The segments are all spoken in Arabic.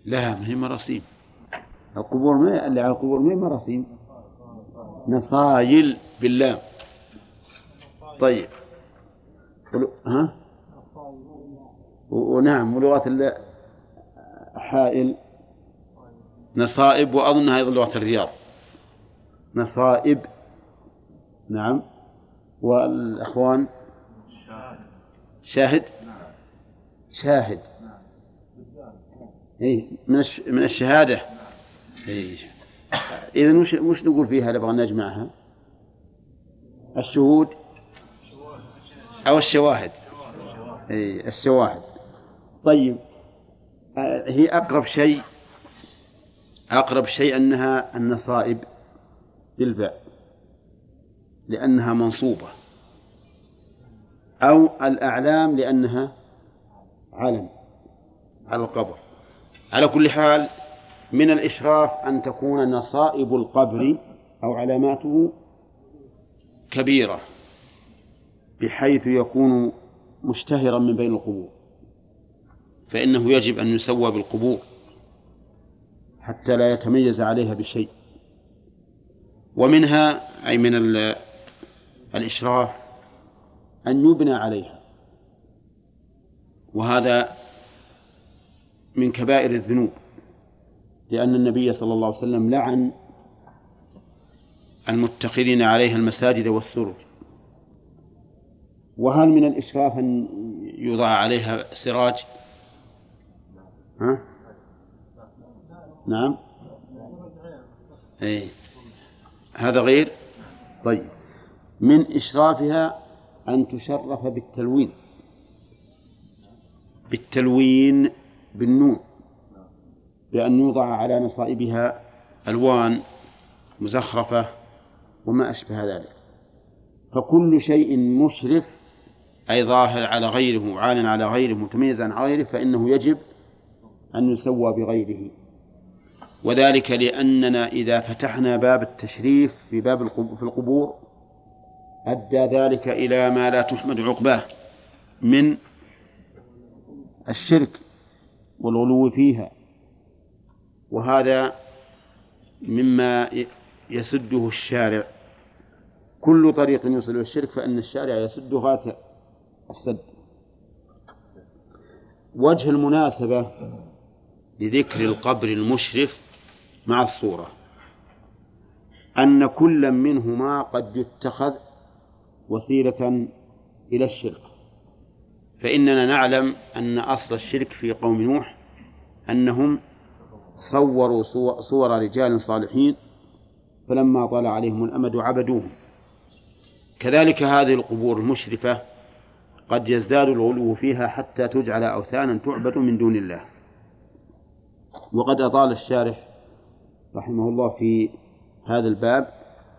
لا، ما هي مراسيم. القبور اللي على القبور ما هي مراسيم، نصايل بالله. طيب. ها؟ ونعم، ولغة حائل نصائب، وأظنها أيضا لغة الرياض نصائب. نعم. والأخوان شاهد. شاهد. إيه، من الشهادة. إيه. إذن وش نقول فيها نبغى نجمعها؟ الشهود أو الشواهد؟ إيه، الشواهد. طيب. هي أقرب شيء أنها النصائب بالباء لأنها منصوبة، أو الأعلام لأنها علم على القبر. على كل حال، من الإشراف أن تكون نصائب القبر أو علاماته كبيرة بحيث يكون مشتهرا من بين القبور، فإنه يجب أن يسوى بالقبور حتى لا يتميز عليها بشيء. ومنها أي من الإشراف أن يبنى عليها، وهذا من كبائر الذنوب، لأن النبي صلى الله عليه وسلم لعن المتخذين عليها المساجد والسرج. وهل من الإشراف أن يوضع عليها سراج؟ ها؟ نعم. أي. هذا غير. طيب. من إشرافها أن تشرف بالتلوين بالنون، بأن يوضع على نصائبها ألوان مزخرفة وما أشبه ذلك. فكل شيء مشرف أي ظاهر على غيره وعال على غيره متميز عن غيره فإنه يجب أن يسوى بغيره. وذلك لأننا إذا فتحنا باب التشريف في القبور أدى ذلك إلى ما لا تحمد عقباه من الشرك والغلو فيها، وهذا مما يسده الشارع. كل طريق يوصل إلى الشرك فإن الشارع يسد غاية السد. وجه المناسبة لذكر القبر المشرف مع الصورة أن كل منهما قد يتخذ وسيلة إلى الشرك. فإننا نعلم أن أصل الشرك في قوم نوح أنهم صوروا صور رجال صالحين فلما طال عليهم الأمد عبدوهم. كذلك هذه القبور المشرفة قد يزداد الغلو فيها حتى تجعل أوثانا تعبد من دون الله. وقد أطال الشارح رحمه الله في هذا الباب،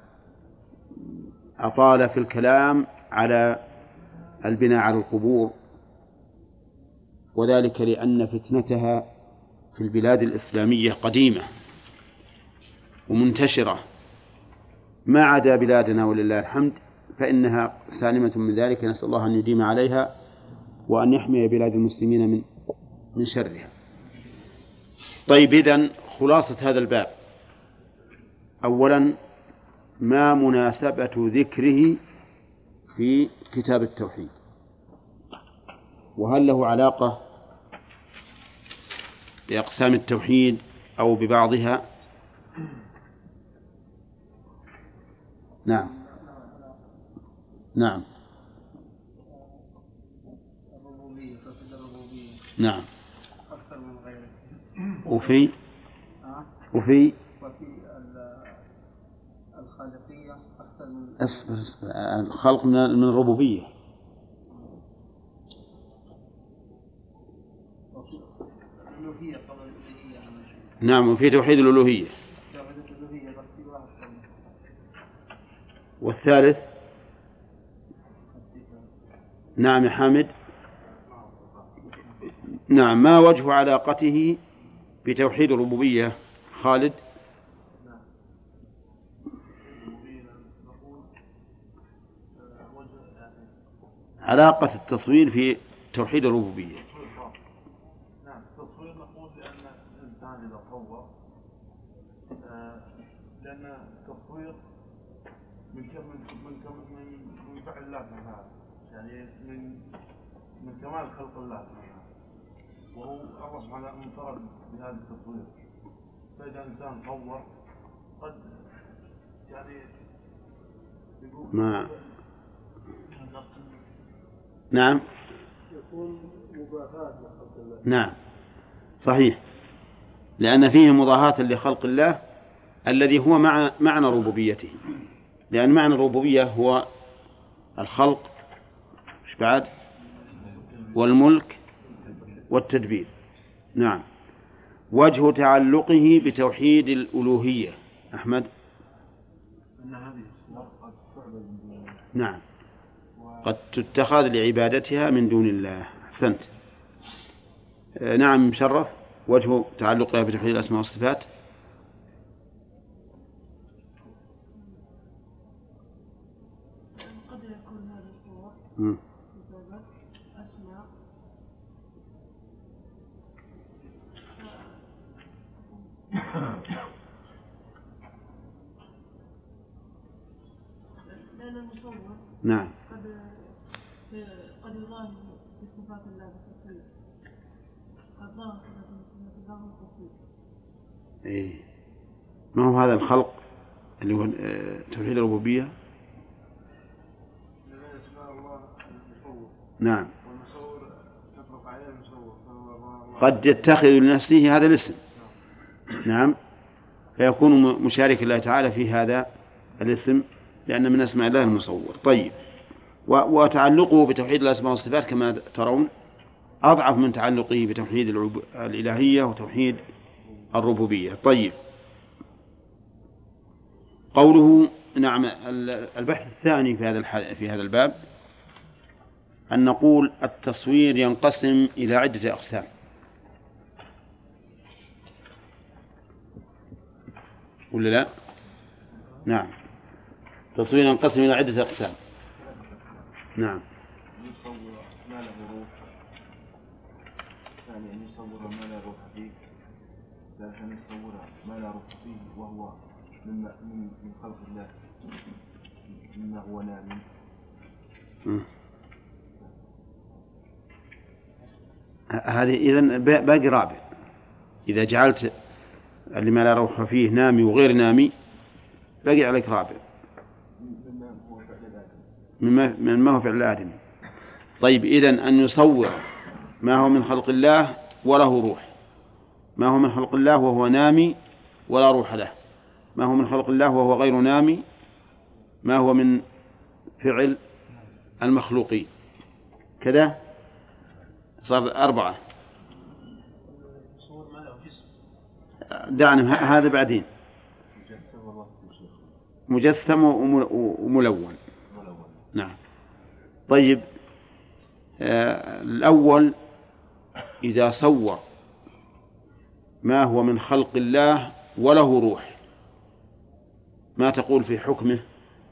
أطال في الكلام على البناء على القبور، وذلك لأن فتنتها في البلاد الإسلامية قديمة ومنتشرة، ما عدا بلادنا ولله الحمد فإنها سالمة من ذلك. نسأل الله أن يديم عليها وأن يحمي بلاد المسلمين من شرها. طيب، إذن خلاصة هذا الباب: أولا، ما مناسبة ذكره في كتاب التوحيد؟ وهل له علاقة بأقسام التوحيد أو ببعضها؟ نعم. نعم. نعم. وفي الخالقية أكثر من الخلق من الربوبية. نعم، وفي توحيد الألوهية. والثالث؟ نعم يا حامد. نعم، ما وجه علاقته بتوحيد الربوبية خالد؟ علاقة التصوير في توحيد الربوبية. نعم، التصوير نقول لأن الإنسان إذا صور لأن التصوير من فعل الله سبحانه، يعني من كمال خلق الله سبحانه، وهو الله سبحانه منفرد بهذا التصوير. فإذا إنسان صور قد يعني ما نعم يكون مباهاة لخلق الله. نعم صحيح، لأن فيه مضاهاة لخلق الله الذي هو معنى ربوبيته، لأن معنى الربوبية هو الخلق بعد والملك والتدبير. نعم. وجه تعلقه بتوحيد الألوهية أحمد. نعم قد تتخذ لعبادتها من دون الله. أحسنت. نعم مشرف. وجه تعلقها بتوحيد الأسماء والصفات قد يكون هذه الصور كتابة أسماء لأن المصور نعم قد يضاهي بصفات الله بالتصوير، قد ضاهى صفات الله بالتصوير. إيه. ما هو هذا الخلق اللي هو توحيد الربوبية؟ نعم قد يتخذ لنفسه هذا الاسم. نعم فيكون مشارك الله تعالى في هذا الاسم، لأن من أسماء الله المصور. طيب. وتعلقه بتوحيد الأسماء والصفات كما ترون أضعف من تعلقه بتوحيد الإلهية وتوحيد الربوبية. طيب. قوله نعم. البحث الثاني في هذا الباب أن نقول التصوير ينقسم إلى عدة أقسام. ولا لا؟ نعم التصوير ينقسم إلى عدة أقسام. نعم يصور ما له روح، يعني أن يصور ما لا روح فيه، لكن يصور ما لا روح فيه وهو من خلق الله مما هو نام. هذه إذن باقي رابع. إذا جعلت لما لا روح فيه نامي وغير نامي باقي عليك رابع مما هو فعل الآدمي. طيب إذن أن يصور ما هو من خلق الله وله روح، ما هو من خلق الله وهو نامي ولا روح له، ما هو من خلق الله وهو غير نامي، ما هو من فعل المخلوقين. كذا صار 4. دعنا هذا بعدين. مجسم وملون. نعم. طيب الأول إذا صور ما هو من خلق الله وله روح ما تقول في حكمه؟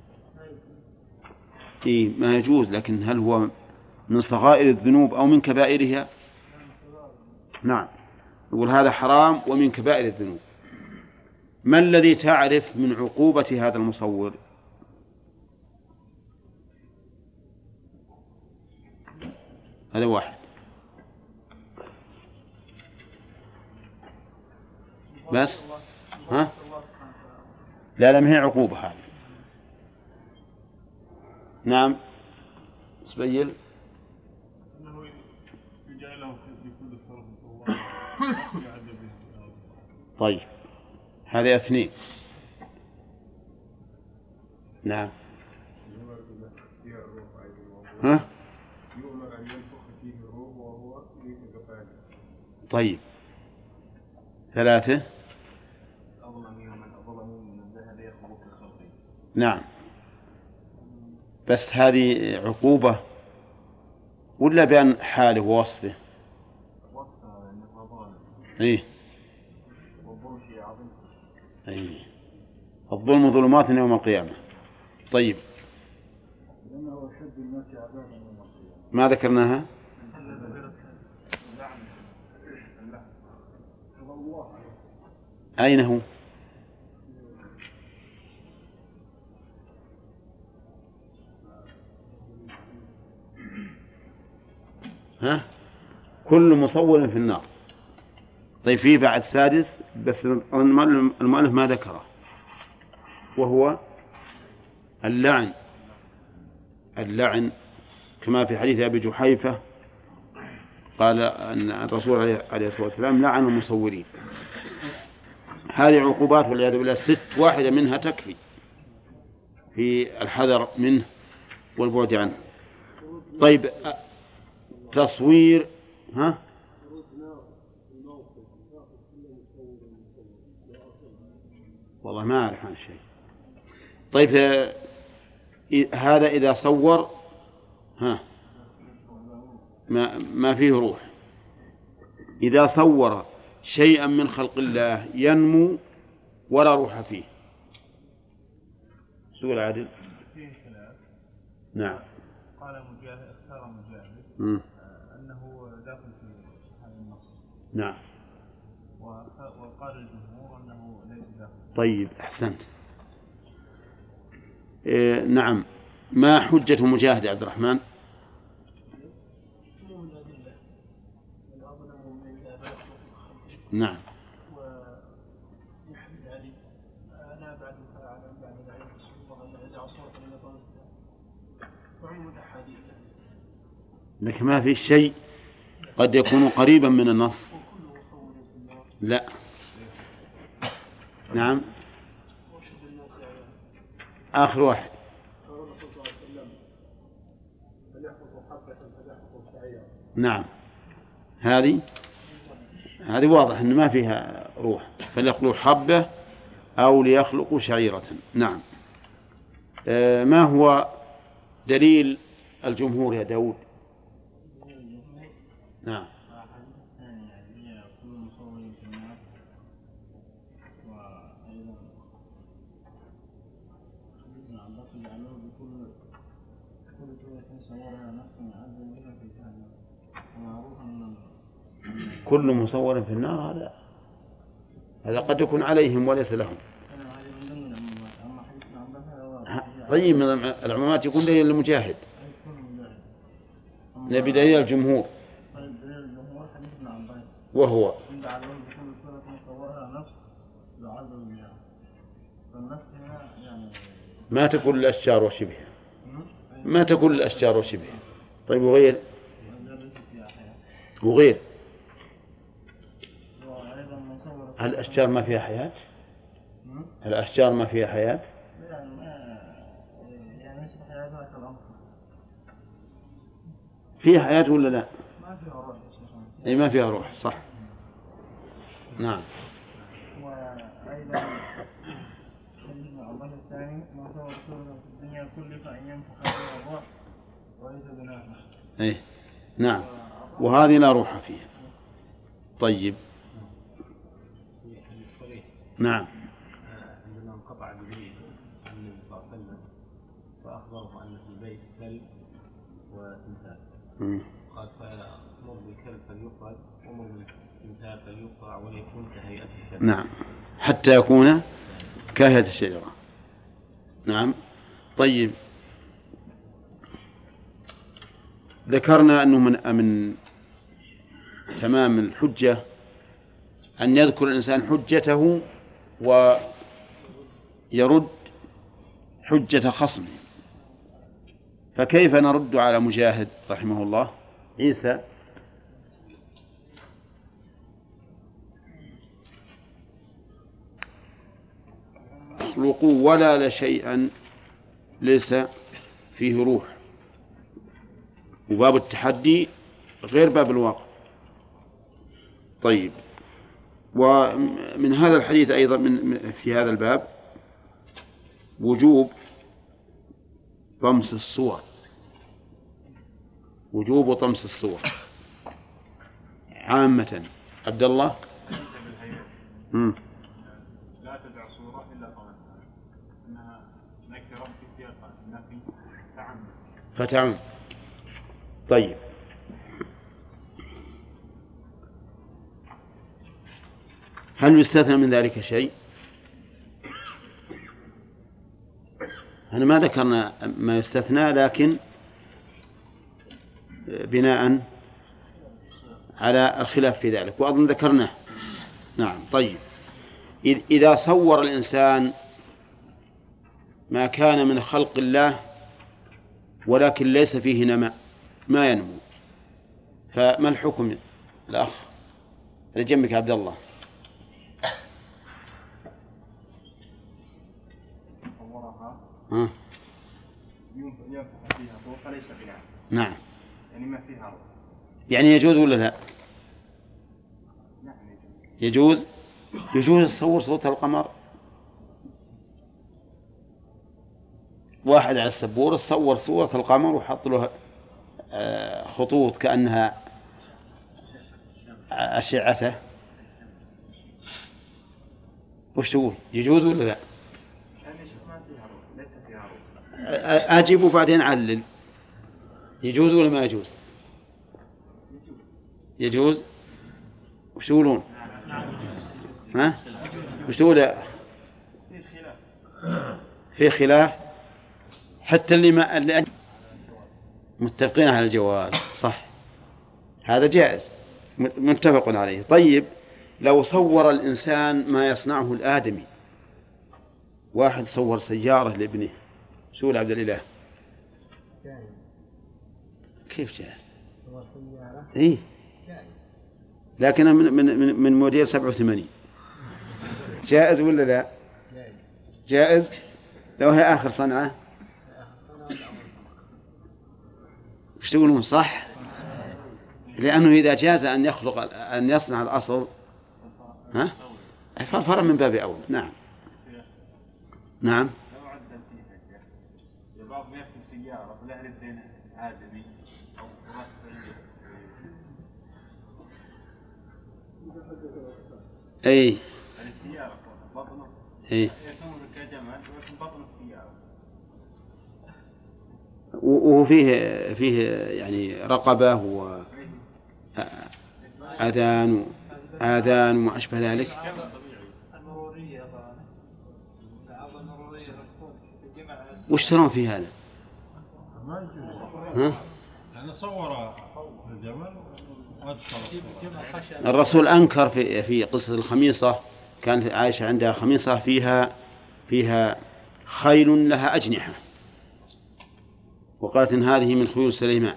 ما يجوز، لكن هل هو من صغائر الذنوب أو من كبائرها؟ نعم يقول هذا حرام ومن كبائر الذنوب. ما الذي تعرف من عقوبة هذا المصور؟ هذا واحد. بس ها؟ لا ما هي عقوبة هذه. نعم سبيل. أنه يجعله في كل صرف طيب هذه 2. نعم. ها؟ يؤمر أن ينفخ فيه الروح وهو ليس كفاعل. طيب 3. نعم بس هذه عقوبة ولا بأن حاله ووصفه؟ وصفه أنه ظالم. إيه. والظلم شيء عظيم. إيه. الظلم ظلمات يوم القيامة. طيب لأنه أشد الناس عذابا يوم القيامة. ما ذكرناها؟ أين هو؟ ها؟ كل مصور في النار. طيب فيه بعد سادس بس المؤلف ما ذكره، وهو اللعن. اللعن كما في حديث أبي جحيفة قال أن الرسول عليه الصلاة والسلام لعن المصورين. هذه عقوبات والعياذ بالله 6، واحدة منها تكفي في الحذر منه والبعد عنه. طيب تصوير والله ما أعرف عن شيء. طيب هذا إذا صور ما فيه روح. إذا صور شيئا من خلق الله ينمو ولا روح فيه، سؤال عادل. فيه خلاف. نعم. قال مجاهد، اختار مجاهد أنه داخل في هذا النص. نعم. وقال الجمهور أنه ليس داخل. طيب أحسنت. نعم. ما حجة مجاهد يا عبد الرحمن؟ نعم. ويحمد علي أنا بعد العلم إذا عصرت من الطريق وعمود أحاديث، لكن ما في شيء قد يكون قريبا من النص. لا. نعم. آخر واحد. نعم. هذه واضح أن ما فيها روح، فليخلقوا حبة أو ليخلقوا شعيرة. نعم. ما هو دليل الجمهور يا داود؟ نعم. كل مصور في النار هذا قد يكون عليهم وليس لهم. طيب من العمومات يكون دليل المجاهد، نبي دليل الجمهور وهو ما تكون الأشجار وشبهها، ما تكون الأشجار وشبهها. طيب وغير الأشجار ما فيها حياة؟ الأشجار ما فيها حياة؟ فيها حياة ولا لا؟ ما فيها روح. أي ما فيها روح، صح. نعم. وأيضا العمل الثاني ما صور صورة في الدنيا كلف أن ينفخ فيها الروح وليس بنافخ. أي نعم. وهذه لا روح فيها. طيب. نعم. عندما انقطع ببيت النبي صلى الله عليه وسلم فأخبره أن في البيت كلب وتمثال، قال فأمر بالكلب فليقتل وأمر بالتمثال فليقطع وليكون كهيئة الشجرة. نعم، حتى يكون كهيئة الشجرة. نعم. طيب ذكرنا أنه من تمام الحجة أن يذكر الإنسان حجته ويرد حجة خصمه. فكيف نرد على مجاهد رحمه الله؟ عيسى اخلقوا ولا لشيئا ليس فيه روح. وباب التحدي غير باب الواقع. طيب، ومن هذا الحديث أيضا في هذا الباب وجوب طمس الصور، وجوب طمس الصور عامة. عبد الله. لا تدع صورة إلا طمسها، إنها نكرة في سياق النفي فتعم. طيب، هل يستثنى من ذلك شيء؟ أنا ما ذكرنا ما يستثنى، لكن بناء على الخلاف في ذلك، وأظن ذكرناه. نعم. طيب، إذا صور الإنسان ما كان من خلق الله ولكن ليس فيه نماء، ما ينمو، فما الحكم؟ الأخ اللي جنبك عبد الله. صورها ها؟ ينفخ فيها روح فليس بناء. نعم. يعني ما فيها روح. يعني يجوز ولا لا؟ نعم يجوز. يجوز تصور صوت القمر. واحد على السبورة صور صورة القمر وحط له خطوط كأنها أشعته. وش تقول؟ يجوز ولا لا؟ ما فيها روح، ليس فيها روح. أجيب وبعدين علل. يجوز ولا ما يجوز؟ يجوز. وش تقولون؟ ها؟ وش تقول؟ في خلاف. حتى اللي متفقين على الجواز. صح، هذا جائز متفق عليه. طيب، لو صور الإنسان ما يصنعه الآدمي، واحد صور سيارة لابنه، شو عبد الإله؟ كيف جائز؟ صور سيارة. إيه، لكنه من موديل 87. جائز ولا لا؟ جائز لو هي آخر صنعة. وش تقولون؟ صح، لأنه إذا جاز أن يصنع الأصل، ها، فالفرع من باب أول. نعم. نعم. لو عدل فيها بعض ما يكتب سيارة ولا يعرف بين آدمي أو راس أي السيارة بطنه أي يسمونه كجمل ولكن بطن السيارة، وفيه يعني رقبة وآذان وما أشبه ذلك. المرورية العرض المرورية وش ترون في هذا؟ ها؟ يعني صور الجمل الرسول أنكر في قصة الخميصة. كانت عائشة عندها خميصة فيها خيل لها أجنحة، وقالت إن هذه من خيول سليمان.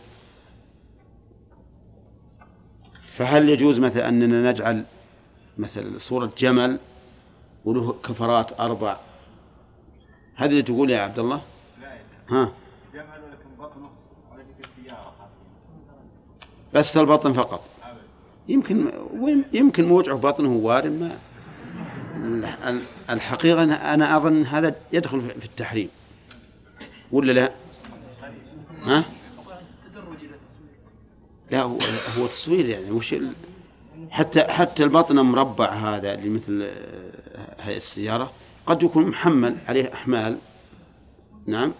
فهل يجوز مثلا أننا نجعل مثل صورة جمل وله كفرات 4؟ هذا اللي تقول يا عبد الله؟ ها؟ جمل ولكن بطنه على ذيك السيارة بس البطن فقط. يمكن موجع بطنه وارم. ما الحقيقة أنا أظن هذا يدخل في التحريم ولا لا؟ ها؟ لا، هو تصوير يعني. وش حتى البطن مربع هذا اللي مثل هذه السيارة قد يكون محمل عليه أحمال. نعم،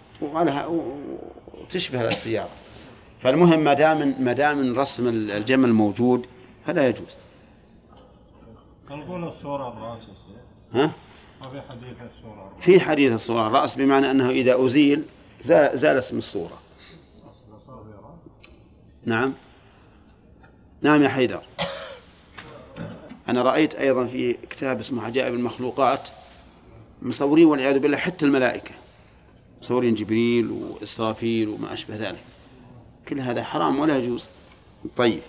وتشبه السيارة. فالمهم ما دام رسم الجمل موجود فلا يجوز. نقول الصورة الرأس. ها؟ ما في حديث الصورة. في حديث الصورة الرأس، بمعنى أنه إذا أزيل زال اسم الصورة. نعم. نعم يا حيدر. أنا رأيت أيضا في كتاب اسمه عجائب المخلوقات مصورين والعياذ بالله حتى الملائكة، مصورين جبريل وإسرافيل وما أشبه ذلك. كل هذا حرام ولا يجوز. طيب.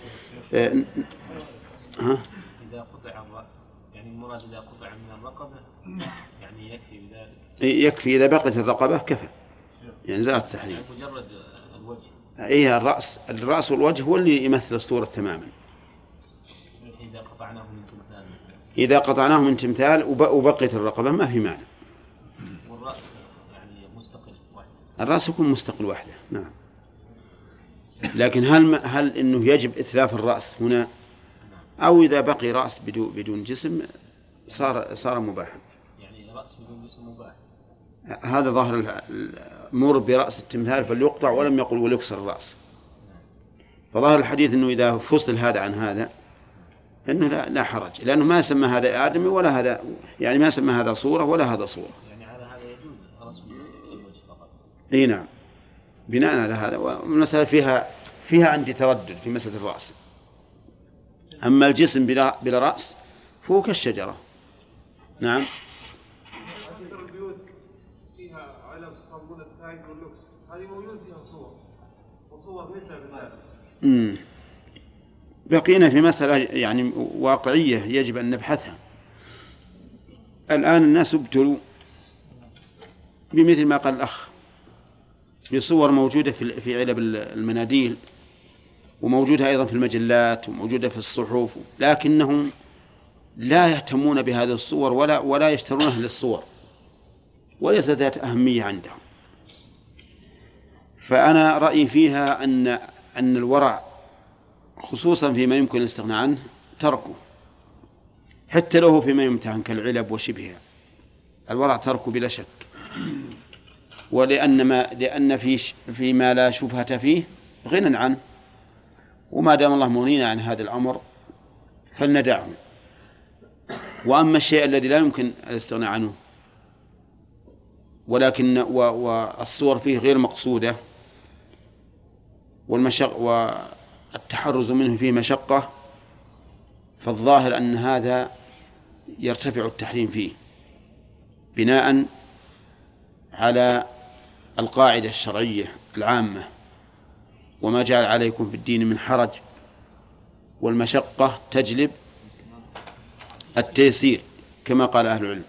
ها؟ إذا قطع الرأس، يعني المراد إذا قطع من الرقبة يعني يكفي بذلك. يكفي إذا بقيت الرقبة كفى، يعني زالت التحريم. يعني مجرد الوجه. إيه، الرأس والوجه هو اللي يمثل الصورة تماما. إذا قطعناه من تمثال. إذا قطعناه من تمثال وبقيت الرقبة ما في معنى. والرأس يعني مستقل واحد. الرأس يكون مستقل وحده. نعم. لكن هل إنه يجب إتلاف الرأس هنا، أو إذا بقي رأس بدون جسم صار مباحا؟ يعني رأس بدون جسم مباح. هذا ظاهر مر برأس التمثال فليقطع، ولم يقل وليكسر الرأس. فظاهر الحديث أنه إذا فصل هذا عن هذا إنه لا حرج، لأنه ما يسمى هذا آدمي ولا هذا، يعني ما يسمى هذا صورة ولا هذا صورة. يعني على هذا يجوز رسم الوجه فقط. اي نعم، بناء على هذا. والمسألة فيها عندي تردد في مسألة الرأس. أما الجسم بلا رأس فهو كالشجرة. نعم. أكثر البيوت فيها علم اسطنبول التاج واللوكس، هذه موجود فيها صور وصور نساء بالذات. بقينا في مسألة يعني واقعية يجب أن نبحثها. الآن الناس ابتلوا بمثل ما قال الأخ، بصور موجودة في علب المناديل، وموجودة أيضا في المجلات، وموجودة في الصحف، لكنهم لا يهتمون بهذه الصور ولا يشترونها للصور، وليس ذات أهمية عندهم. فأنا رأيي فيها أن الورع خصوصا فيما يمكن الاستغناء عنه تركه، حتى له فيما يمتهن كالعلب وشبهها، الورع تركه بلا شك. لأن فيما لا شبهة فيه غنى عنه، وما دام الله مغنينا عن هذا الأمر فلندعه. وأما الشيء الذي لا يمكن الاستغناء عنه ولكن والصور فيه غير مقصودة والتحرز منه فيه مشقة، فالظاهر أن هذا يرتفع التحريم فيه بناء على القاعدة الشرعية العامة: وما جعل عليكم في الدين من حرج، والمشقة تجلب التيسير كما قال أهل العلم.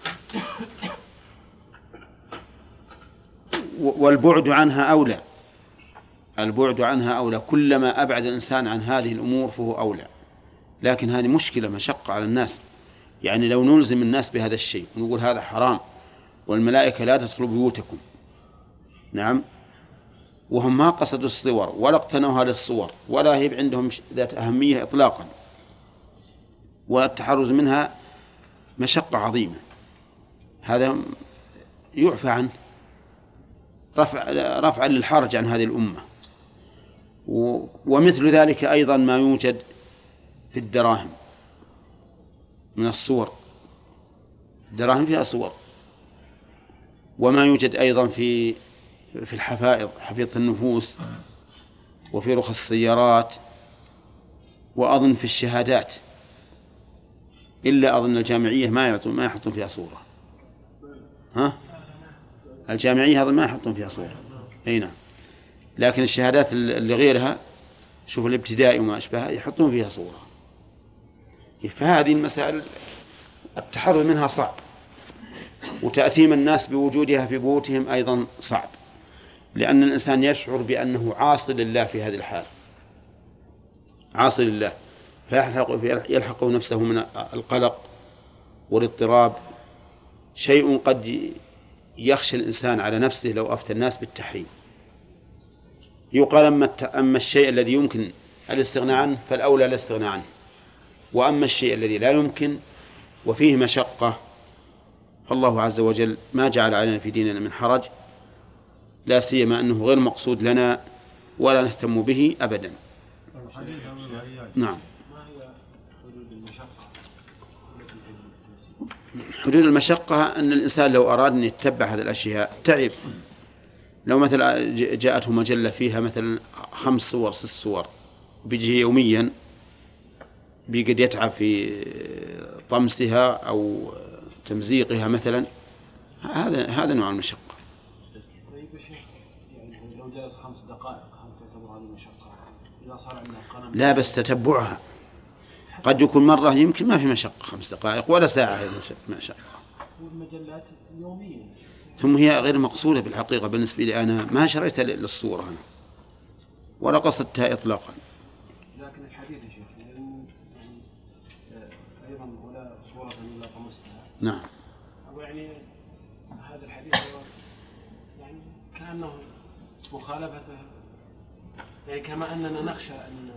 والبعد عنها أولى، البعد عنها أولى، كلما أبعد الإنسان عن هذه الأمور فهو أولى. لكن هذه مشكلة، مشقة على الناس. يعني لو نلزم الناس بهذا الشيء ونقول هذا حرام والملائكة لا تدخل بيوتكم، نعم، وهم ما قصدوا الصور ولا اقتنوها للصور ولا هي عندهم ذات أهمية إطلاقا، والتحرز منها مشقة عظيمة، هذا يعفى عنه رفعا للحرج عن هذه الأمة. ومثل ذلك أيضا ما يوجد في الدراهم من الصور، الدراهم فيها صور، وما يوجد أيضا في الحفائض، حفيظة النفوس، وفي رخص السيارات، وأظن في الشهادات، إلا أظن الجامعية ما يحطون فيها صورة. الجامعية هذا ما يحطون فيها صورة، أي نعم، لكن الشهادات اللي غيرها، شوف الابتدائي وما أشبهها، يحطون فيها صورة. فهذه المسائل التحرر منها صعب، وتأثيم الناس بوجودها في بيوتهم أيضا صعب، لأن الإنسان يشعر بأنه عاصي لله في هذه الحال، عاصي لله، فيلحقه نفسه من القلق والاضطراب، شيء قد يخشى الإنسان على نفسه لو أفتى الناس بالتحريم. يقال أما الشيء الذي يمكن الاستغناء عنه فالأولى الاستغناء عنه، وأما الشيء الذي لا يمكن وفيه مشقة فالله عز وجل ما جعل علينا في ديننا من حرج، لا سيما أنه غير مقصود لنا ولا نهتم به أبدا. نعم. ما هي حدود المشقة؟ حدود المشقة أن الإنسان لو أراد أن يتبع هذه الأشياء تعب. لو مثلا جاءته مجلة فيها مثلا 5 صور 6 صور بيجي يوميا، بيقد يتعب في طمسها أو تمزيقها مثلا، هذا نوع المشقة. يعني لو جلس 5 دقائق هل تعتبر هذه مشقة؟ إذا صار عندنا قلم لا، بس تتبعها قد يكون مرة يمكن ما في مشقة 5 دقائق ولا ساعة مشقة. والمجلات يوميا. ثم هي غير مقصودة بالحقيقة بالنسبة لي، أنا ما شريتها للصورة أنا ولا قصدتها إطلاقا. لكن الحديث يا شيخ يعني أيضا ولا صورة إلا طمستها. نعم. يعني هذا الحديث يعني كأنه مخالفته، يعني كما أننا نخشى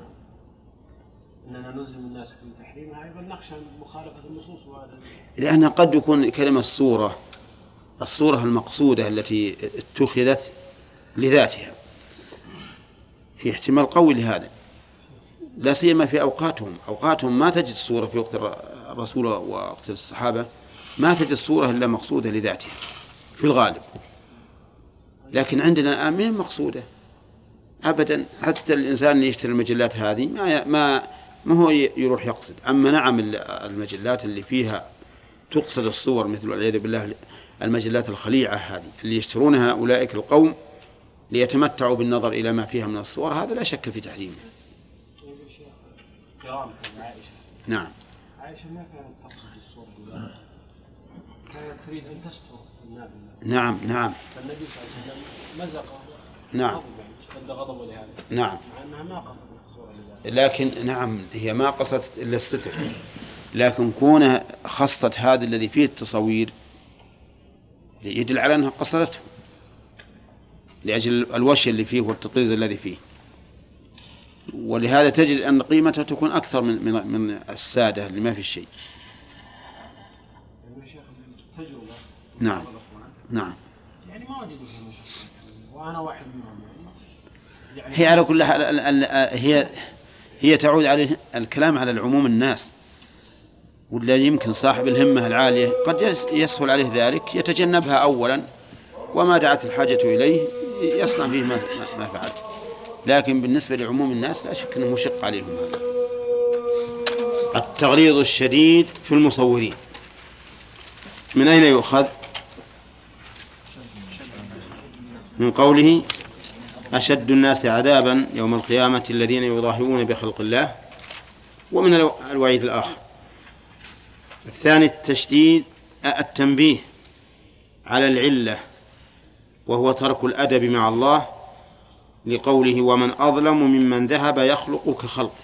أننا نلزم الناس في تحريمها، أيضا نخشى مخالفة النصوص. وهذا لأنها قد يكون كلمة الصورة المقصودة التي اتخذت لذاتها، في احتمال قوي لهذا. لا سيما في أوقاتهم ما تجد الصورة في وقت الرسول ووقت الصحابة، ما تجد الصورة إلا مقصودة لذاتها في الغالب، لكن عندنا الآن ما مقصودة أبدا. حتى الإنسان اللي يشتري المجلات هذه ما هو يروح يقصد. أما نعم المجلات اللي فيها تقصد الصور، مثل والعياذ بالله المجلات الخليعة هذه اللي يشترونها أولئك القوم ليتمتعوا بالنظر إلى ما فيها من الصور، هذا لا شك في تحريمه. نعم. عائشة ما كانت تقصد الصور بالله، كانت تريد أن تستر النبي. نعم. فالنبي صلى الله عليه وسلم مزق. نعم. اشتد غضبه لهذا. نعم. مع أنها ما قصدت الصور بالله. لكن نعم هي ما قصدت إلا الستر، لكن كونها خصت هذا الذي فيه التصوير يدل على أنها قصدته لأجل الوشي اللي فيه والتطريز الذي فيه، ولهذا تجد أن قيمتها تكون أكثر من السادة اللي ما في شيء. نعم. يعني ما وجدوا فيه مشكلة، وأنا واحد منهم يعني. هي على كل حال هي تعود على الكلام على العموم الناس، ولا يمكن صاحب الهمة العالية قد يسهل عليه ذلك يتجنبها أولا، وما دعت الحاجة إليه يصنع فيه ما فعل. لكن بالنسبة لعموم الناس لا شك أنه مشق عليهم هذا. التغليظ الشديد في المصورين من أين يؤخذ؟ من قوله أشد الناس عذابا يوم القيامة الذين يضاهئون بخلق الله، ومن الوعيد الآخر. الثاني التنبيه على العلة، وهو ترك الأدب مع الله، لقوله ومن أظلم ممن ذهب يخلق كخلقه.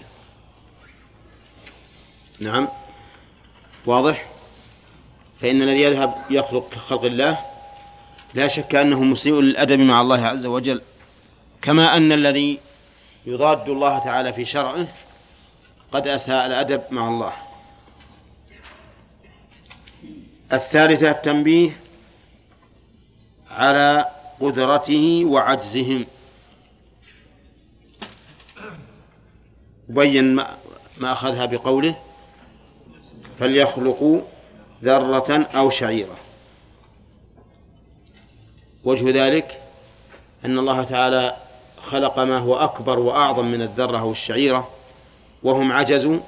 نعم واضح. فإن الذي يذهب يخلق كخلق الله لا شك أنه مسيء للأدب مع الله عز وجل، كما أن الذي يضاد الله تعالى في شرعه قد أساء الأدب مع الله. الثالثة التنبيه على قدرته وعجزهم، بين ما أخذها بقوله فليخلقوا ذرة أو شعيرة. وجه ذلك أن الله تعالى خلق ما هو أكبر وأعظم من الذرة أو الشعيرة، وهم عجزوا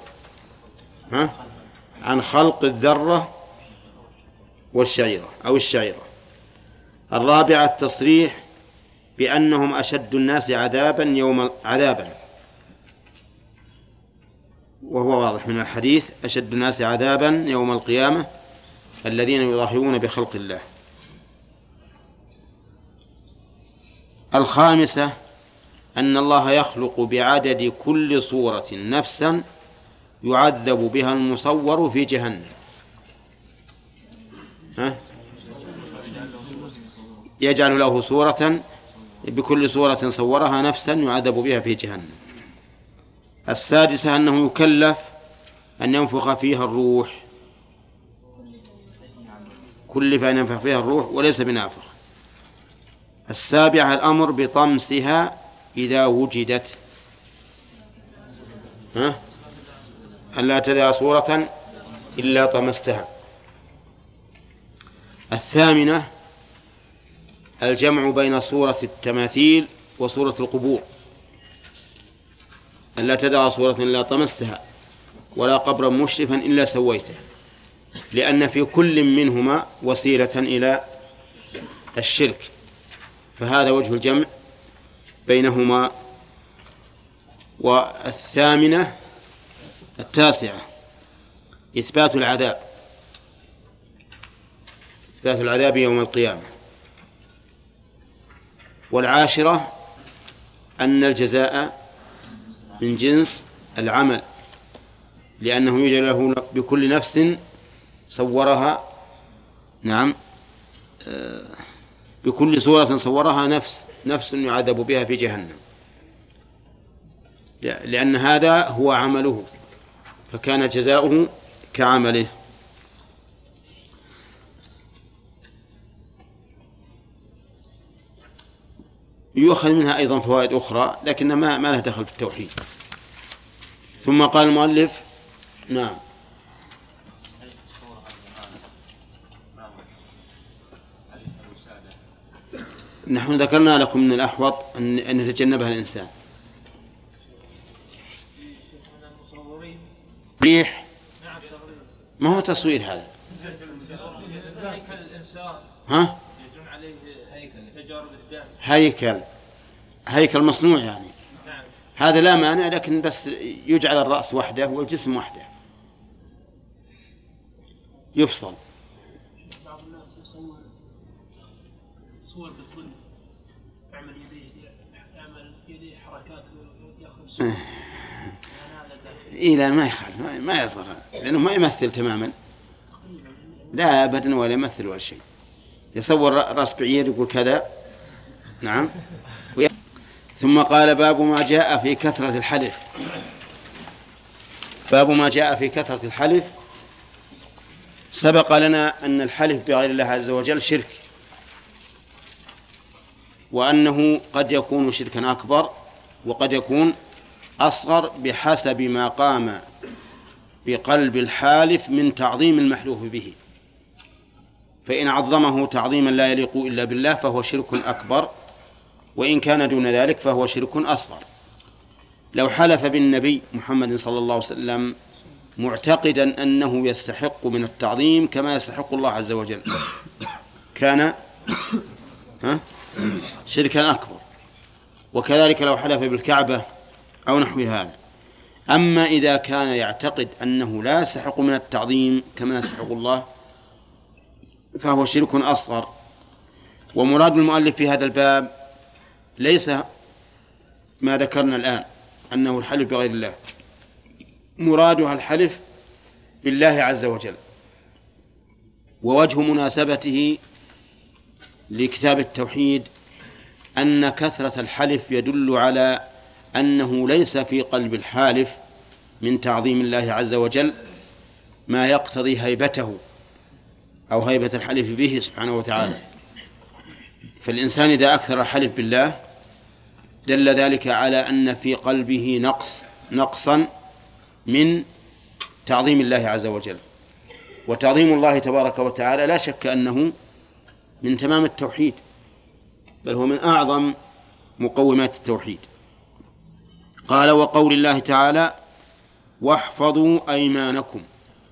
عن خلق الذرة والشعيرة أو الشعيرة. الرابعة التصريح بأنهم أشد الناس عذابا، وهو واضح من الحديث أشد الناس عذابا يوم القيامة الذين يضاهئون بخلق الله. الخامسة أن الله يخلق بعدد كل صورة نفسا يعذب بها المصور في جهنم. يجعل له صورة، بكل صورة صورها نفسا يعذب بها في جهنم. السادسة أنه يكلف أن ينفخ فيها الروح، كلف أن ينفخ فيها الروح وليس بنافخ. السابعة الأمر بطمسها إذا وجدت، ألا تدع صورة إلا طمستها. الثامنة الجمع بين صورة التماثيل وصورة القبور، ألا تدع صورة إلا طمستها ولا قبرا مشرفا إلا سويته، لأن في كل منهما وسيلة إلى الشرك، فهذا وجه الجمع بينهما. والثامنة التاسعة إثبات العذاب يوم القيامة. والعاشرة أن الجزاء من جنس العمل، لأنه يجعل له بكل نفس صورها، بكل صورة صورها نفس يعذب بها في جهنم، لأن هذا هو عمله فكان جزاؤه كعمله. يؤخذ منها أيضا فوائد أخرى لكن ما لها دخل في التوحيد. ثم قال المؤلف نعم نحن ذكرنا لكم من الأحوط أن يتجنبها الإنسان. ريح ما هو تصوير هذا. ها؟ هيكل مصنوع يعني. هذا لا مانع، لكن بس يجعل الرأس وحده والجسم وحده يفصل. بعض الناس يصور صور بالظل، يعمل يديه حركات ويأخذ صور. إيه لا ما يخالف، ما يصير، لأنه ما يمثل تماما، لا أبدا ولا يمثل ولا شيء. يصور رأس بعير يقول كذا. نعم. ثم قال باب ما جاء في كثرة الحلف. باب ما جاء في كثرة الحلف. سبق لنا أن الحلف بغير الله عز وجل شرك، وأنه قد يكون شركا أكبر وقد يكون أصغر بحسب ما قام بقلب الحالف من تعظيم المحلوف به. فإن عظمه تعظيما لا يليق إلا بالله فهو شرك أكبر، وإن كان دون ذلك فهو شرك أصغر. لو حلف بالنبي محمد صلى الله عليه وسلم معتقدا أنه يستحق من التعظيم كما يستحق الله عز وجل كان شركا أكبر. وكذلك لو حلف بالكعبة أو نحو هذا. أما إذا كان يعتقد أنه لا يستحق من التعظيم كما يستحق الله فهو شرك أصغر. ومراد المؤلف في هذا الباب ليس ما ذكرنا الآن أنه الحلف بغير الله، مرادها الحلف بالله عز وجل. ووجه مناسبته لكتاب التوحيد أن كثرة الحلف يدل على أنه ليس في قلب الحالف من تعظيم الله عز وجل ما يقتضي هيبته أو هيبة الحلف به سبحانه وتعالى. فالإنسان إذا أكثر الحلف بالله دل ذلك على أن في قلبه نقصا من تعظيم الله عز وجل. وتعظيم الله تبارك وتعالى لا شك أنه من تمام التوحيد، بل هو من أعظم مقومات التوحيد. قال وقول الله تعالى واحفظوا أيمانكم.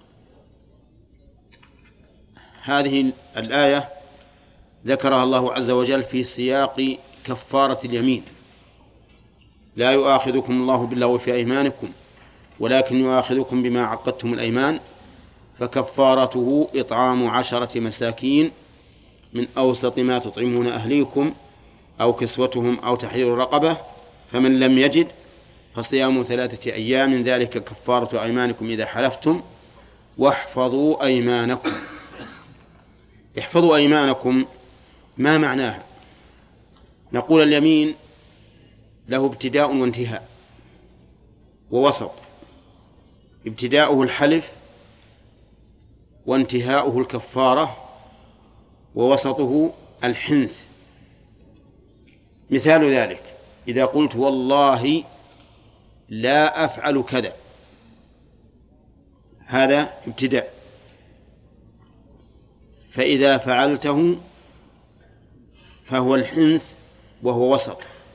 هذه الآية ذكرها الله عز وجل في سياق كفارة اليمين. لا يؤاخذكم الله باللغو في أيمانكم ولكن يؤاخذكم بما عقدتم الأيمان فكفارته إطعام 10 مساكين من أوسط ما تطعمون أهليكم أو كسوتهم أو تحرير رقبة فمن لم يجد فصيام 3 أيام ذلك كفارة أيمانكم إذا حلفتم واحفظوا أيمانكم. احفظوا أيمانكم ما معناها؟ نقول اليمين له ابتداء وانتهاء ووسط. ابتداؤه الحلف وانتهاؤه الكفارة ووسطه الحنث. مثال ذلك إذا قلت والله لا أفعل كذا، هذا ابتداء. فإذا فعلته فهو الحنث وهو وسط.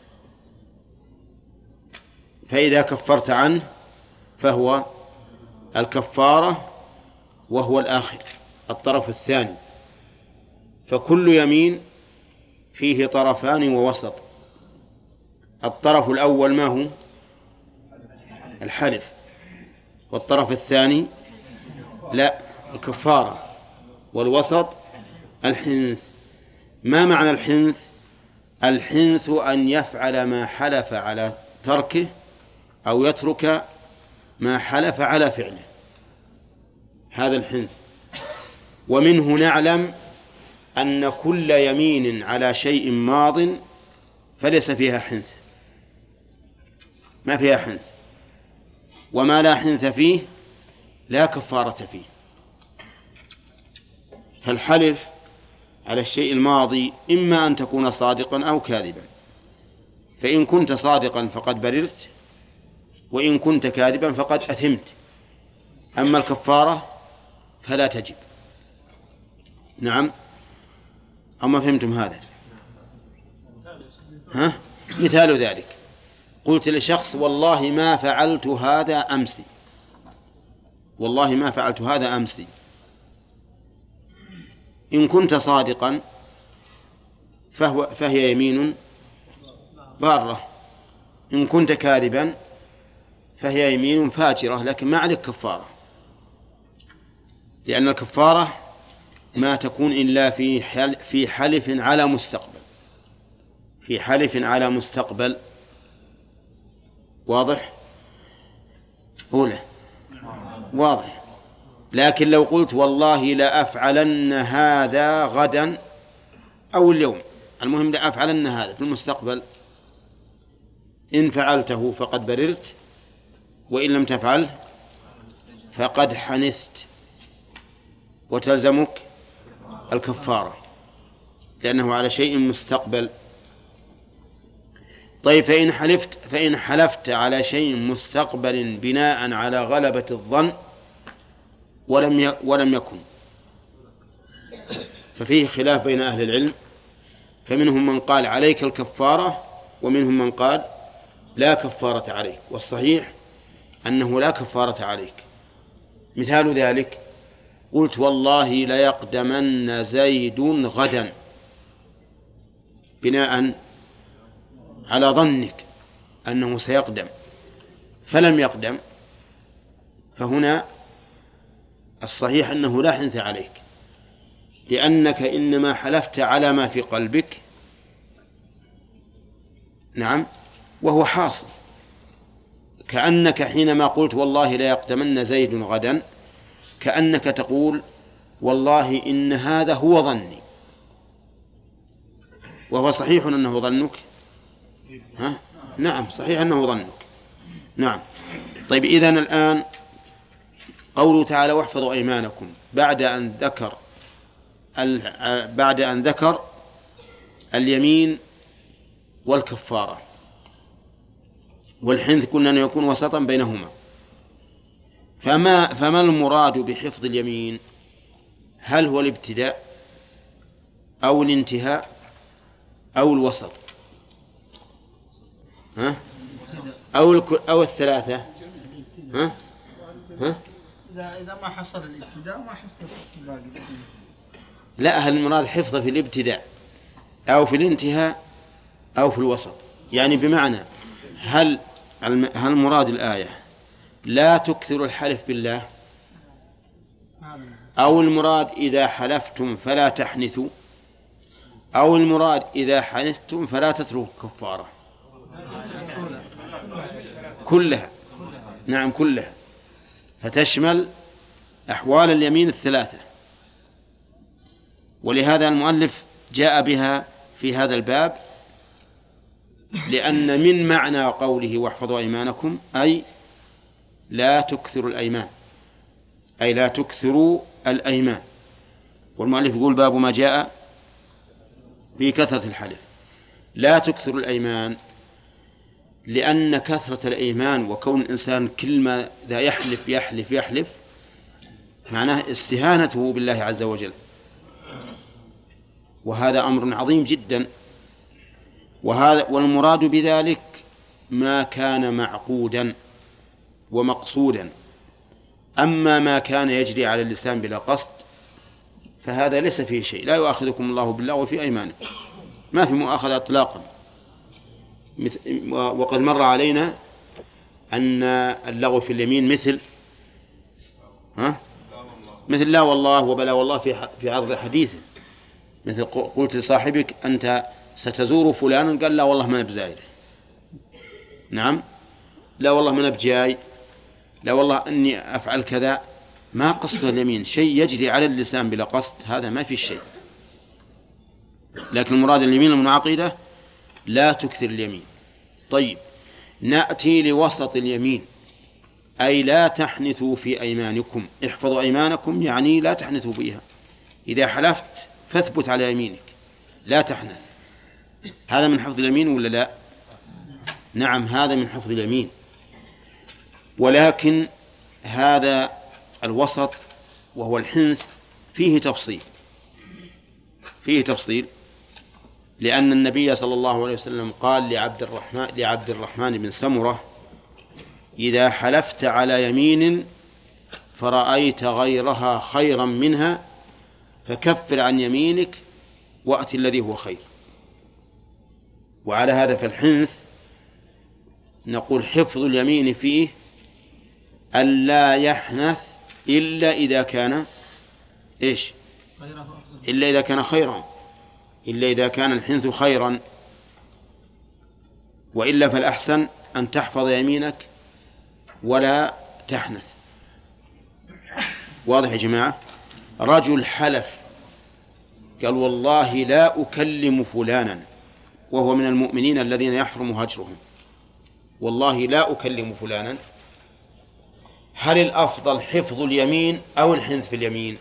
فإذا كفرت عنه فهو الكفارة وهو الآخر الطرف الثاني. فكل يمين فيه طرفان ووسط. الطرف الأول ما هو؟ الحلف. والطرف الثاني لا، الكفارة. والوسط الحنث. ما معنى الحنث؟ الحنث أن يفعل ما حلف على تركه أو يترك ما حلف على فعله، هذا الحنث. ومنه نعلم أن كل يمين على شيء ماض فليس فيها حنث، ما فيها حنث. وما لا حنث فيه لا كفارة فيه. فالحلف على الشيء الماضي إما أن تكون صادقا أو كاذبا. فإن كنت صادقا فقد بررت، وإن كنت كاذبا فقد أثمت. أما الكفارة فلا تجب. نعم، أما فهمتم هذا؟ ها؟ مثال ذلك: قلت لشخص والله ما فعلت هذا أمس، والله ما فعلت هذا أمس. إن كنت صادقا فهي يمين بارة، إن كنت كاذبا فهي يمين فاجرة، لكن ما عليك كفارة، لأن الكفارة ما تكون إلا في حلف على مستقبل، في حلف على مستقبل. واضح؟ أولى واضح. لكن لو قلت والله لا أفعلن هذا غدا أو اليوم، المهم لا أفعلن هذا في المستقبل، إن فعلته فقد بررت، وإن لم تفعل فقد حنثت وتلزمك الكفارة، لأنه على شيء مستقبل. طيب فإن حلفت على شيء مستقبل بناء على غلبة الظن ولم يكن، ففيه خلاف بين أهل العلم، فمنهم من قال عليك الكفارة ومنهم من قال لا كفارة عليك، والصحيح أنه لا كفارة عليك. مثال ذلك: قلت والله ليقدمن زيد غدا، بناء على ظنك أنه سيقدم فلم يقدم، فهنا الصحيح أنه لا حنث عليك، لأنك إنما حلفت على ما في قلبك. نعم، وهو حاصل، كأنك حينما قلت والله لا يقدمن زيد غدا كأنك تقول والله إن هذا هو ظني، وهو صحيح أنه ظنك. ها؟ نعم، صحيح أنه ظنك. نعم. طيب، إذن الآن قوله تعالى واحفظوا أيمانكم بعد أن ذكر اليمين والكفارة، والحنث كنا أن يكون وسطا بينهما. فما المراد بحفظ اليمين؟ هل هو الابتداء أو الانتهاء أو الوسط؟ ها؟ أو الثلاثة؟ ها؟ ها؟ إذا ما حصل الابتداء ما حصل الباقي. لا، هل المراد حفظه في الابتداء أو في الانتهاء أو في الوسط؟ يعني بمعنى هل مراد الآية لا تكثر الحلف بالله، أو المراد إذا حلفتم فلا تحنثوا، أو المراد إذا حنثتم فلا تتركوا كفارة؟ كلها. نعم، كلها، فتشمل أحوال اليمين الثلاثة. ولهذا المؤلف جاء بها في هذا الباب، لأن من معنى قوله واحفظوا أيمانكم أي لا تكثروا الأيمان، أي لا تكثروا الأيمان. والمؤلف يقول باب ما جاء في كثرة الحلف. لا تكثروا الأيمان، لأن كثرة الأيمان وكون الإنسان كل ما ذا يحلف يحلف يحلف معناه استهانته بالله عز وجل، وهذا أمر عظيم جدا. والمراد بذلك ما كان معقودا ومقصودا. أما ما كان يجري على اللسان بلا قصد فهذا ليس فيه شيء، لا يؤاخذكم الله باللغو في أيمانكم، ما في مؤاخذة إطلاقا. وقد مر علينا أن اللغو في اليمين مثل لا والله وبلا والله في عرض حديثه، مثل قلت لصاحبك أنت ستزور فلانا، قال لا والله ما نبزاير. نعم، لا والله ما نبجاي، لا والله أني أفعل كذا، ما قصد اليمين، شيء يجري على اللسان بلا قصد، هذا ما في شيء. لكن المراد اليمين المنعقدة لا تكثر اليمين. طيب، نأتي لوسط اليمين، أي لا تحنثوا في أيمانكم. احفظوا أيمانكم يعني لا تحنثوا بها، إذا حلفت فاثبت على يمينك لا تحنث. هذا من حفظ اليمين ولا لا؟ نعم، هذا من حفظ اليمين. ولكن هذا الوسط وهو الحنث فيه تفصيل لأن النبي صلى الله عليه وسلم قال لعبد الرحمن بن سمرة: إذا حلفت على يمين فرأيت غيرها خيرا منها فكفر عن يمينك وأت الذي هو خير. وعلى هذا فالحنث نقول حفظ اليمين فيه ألا يحنث إلا إذا كان إيش؟ إلا إذا كان خيرا، إلا إذا كان الحنث خيرا، وإلا فالأحسن أن تحفظ يمينك ولا تحنث. واضح يا جماعة؟ رجل حلف قال: والله لا أكلم فلانا، وهو من المؤمنين الذين يحرم هجرهم، والله لا أكلم فلانا. هل الأفضل حفظ اليمين أو الحنث في اليمين؟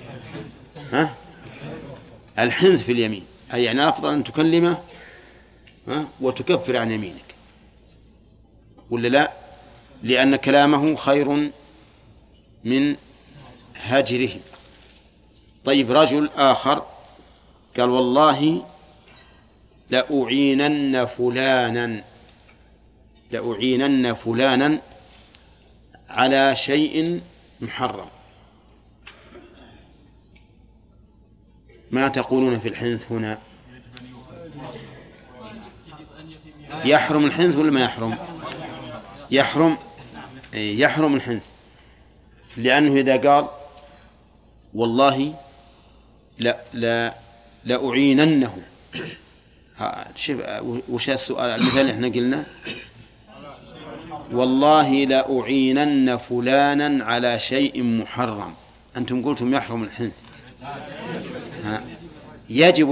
الحنث في اليمين، أي يعني أفضل أن تكلمه وتكفر عن يمينك، ولا لا؟ لأن كلامه خير من هجره. طيب، رجل آخر قال: والله لأعينن فلانا على شيء محرم. ما تقولون في الحنث هنا؟ يحرم الحنث ولا ما يحرم؟ يحرم الحنث، لأنه إذا قال: والله لا أعيننه، شوف وش السؤال المثال اللي احنا قلنا؟ والله لا أعينن فلانا على شيء محرم. أنتم قلتم يحرم الحنث. يجب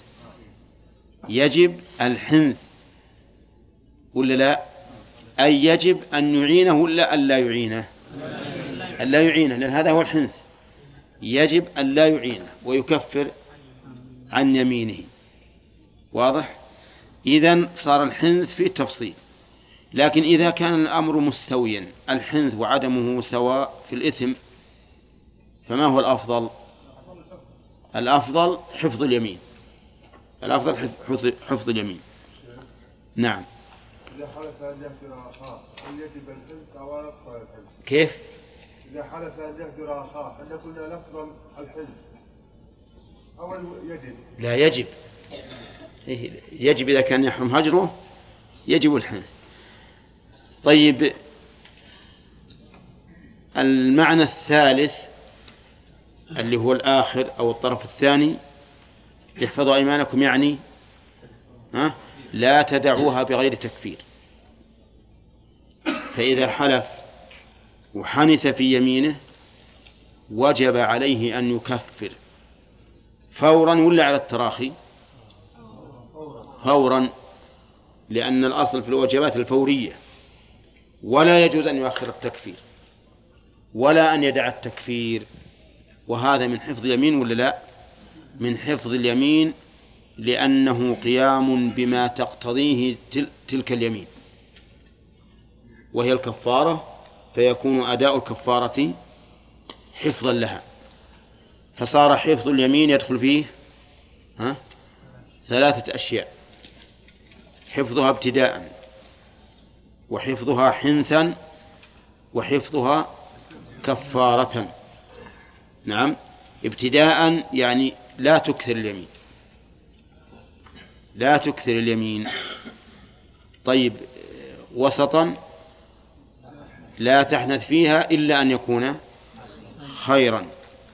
الحنث ولا لا؟ أي يجب أن يعينه ولا أن لا يعينه؟ أن لا يعينه، لأن هذا هو الحنث. يجب أن لا يعينه ويكفر عن يمينه. واضح؟ إذن صار الحنث فيه تفصيل. لكن إذا كان الأمر مستويا، الحنث وعدمه سواء في الإثم، فما هو الأفضل؟ الأفضل حفظ اليمين. نعم. إذا حلف أن يهجر أخاه هل يجب الحنث أو يقصر الحنث؟ كيف؟ إذا حلف أن يهجر أخاه هل يكون لفظا الحنث أو يجب؟ لا، يجب إذا كان يحرم هجره يجب الحنث. طيب، المعنى الثالث اللي هو الآخر أو الطرف الثاني: احفظوا أيمانكم، يعني لا تدعوها بغير تكفير. فإذا حلف وحنث في يمينه وجب عليه أن يكفر فورا ولا على التراخي؟ فورا، لأن الأصل في الواجبات الفورية، ولا يجوز أن يؤخر التكفير ولا أن يدع التكفير. وهذا من حفظ اليمين ولا لا؟ من حفظ اليمين، لأنه قيام بما تقتضيه تلك اليمين وهي الكفارة، فيكون أداء الكفارة حفظا لها. فصار حفظ اليمين يدخل فيه 3 أشياء: حفظها ابتداء، وحفظها حنثا، وحفظها كفارة. نعم، ابتداء يعني لا تكثر اليمين. طيب، وسطا لا تحنث فيها إلا أن يكون خيرا.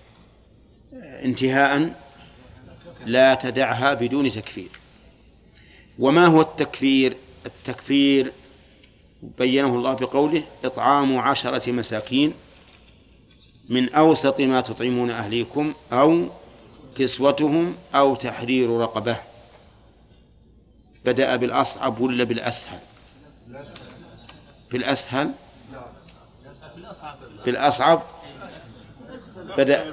انتهاء لا تدعها بدون تكفير. وما هو التكفير؟ التكفير بينه الله بقوله: إطعام 10 مساكين من أوسط ما تطعمون أهليكم أو كسوتهم أو تحرير رقبة. بدأ بالأصعب ولا بالأسهل؟ بالأصعب بدأ.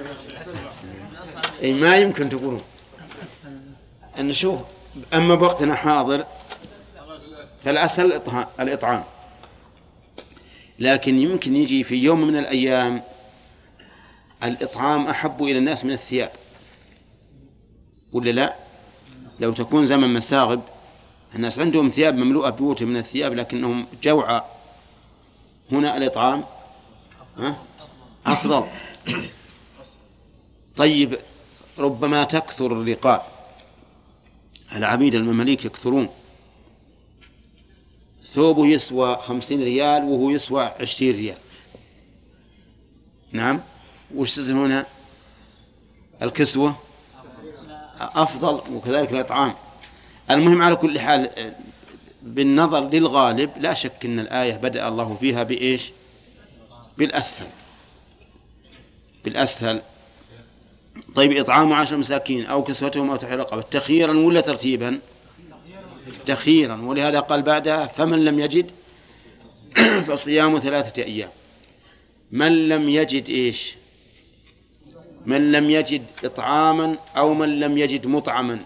ما يمكن تقولون أن نشوف. أما بوقتنا حاضر فالأسهل الإطعام. لكن يمكن يجي في يوم من الأيام الإطعام أحب إلى الناس من الثياب، ولا لا؟ لو تكون زمن مساغب الناس عندهم ثياب مملوءة بيوتهم من الثياب لكنهم جوعى، هنا الإطعام أفضل. طيب ربما تكثر الرقاب، العبيد المماليك يكثرون، ثوبه يسوى 50 ريال وهو يسوى 20 ريال. نعم، وش تسمى هنا؟ الكسوة أفضل، وكذلك الإطعام. المهم على كل حال بالنظر للغالب لا شك أن الآية بدأ الله فيها بإيش؟ بالأسهل. طيب إطعام 10 مساكين أو كسوتهم أو تحرير رقبة تخييرا ولا ترتيبا؟ تخييرا، ولهذا قال بعدها فمن لم يجد فصيام 3 أيام. من لم يجد إيش؟ من لم يجد إطعاما أو من لم يجد مطعما،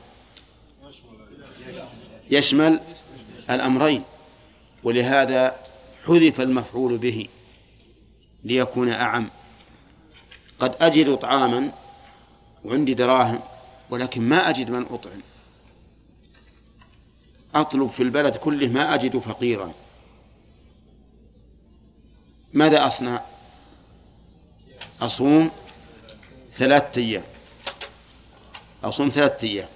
يشمل الأمرين، ولهذا حذف المفعول به ليكون أعم. قد أجد طعاما وعندي دراهم ولكن ما أجد من أطعم، أطلب في البلد كله ما أجد فقيرا، ماذا أصنع؟ أصوم 3 أيام، أصوم 3 أيام،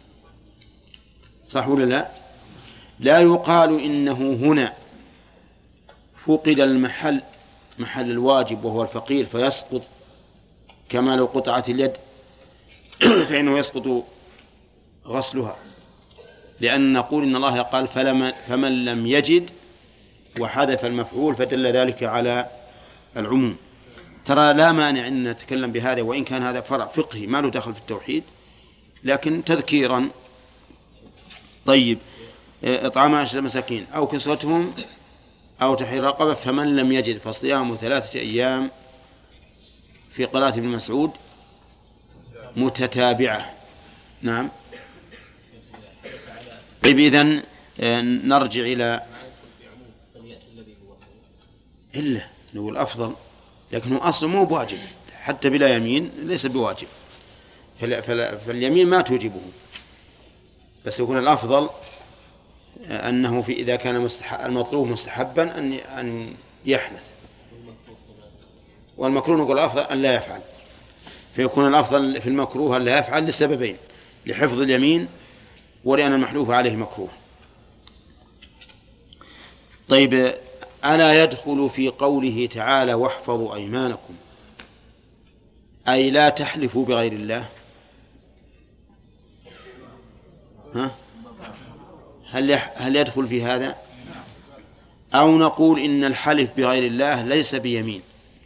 صح ولا لا؟ لا يقال إنه هنا فقد المحل، محل الواجب وهو الفقير، فيسقط كما لو قطعت اليد فإنه يسقط غسلها، لأن نقول إن الله قال فمن لم يجد وحذف المفعول فدل ذلك على العموم. ترى لا مانع أن نتكلم بهذا، وإن كان هذا فرع فقهي ما له دخل في التوحيد، لكن تذكيرا. طيب إطعام 10 مساكين أو كسوتهم أو تحرير رقبة، فمن لم يجد فصيام 3 أيام، في قراءة ابن مسعود متتابعة. نعم. طيب إذن نرجع إلى إلا لو الأفضل، لكنه أصلا مو بواجب، حتى بلا يمين ليس بواجب، فاليمين ما توجبه، بس يكون الأفضل أنه في إذا كان المطلوب مستحبا أن يحنث، والمكروه نقول الأفضل أن لا يفعل، فيكون الأفضل في المكروه أن لا يفعل لسببين: لحفظ اليمين ولأن المحلوف عليه مكروه. طيب ألا يدخل في قوله تعالى واحفظوا أيمانكم أي لا تحلفوا بغير الله؟ هل يدخل في هذا؟ أو نقول إن الحلف بغير الله ليس بيمين؟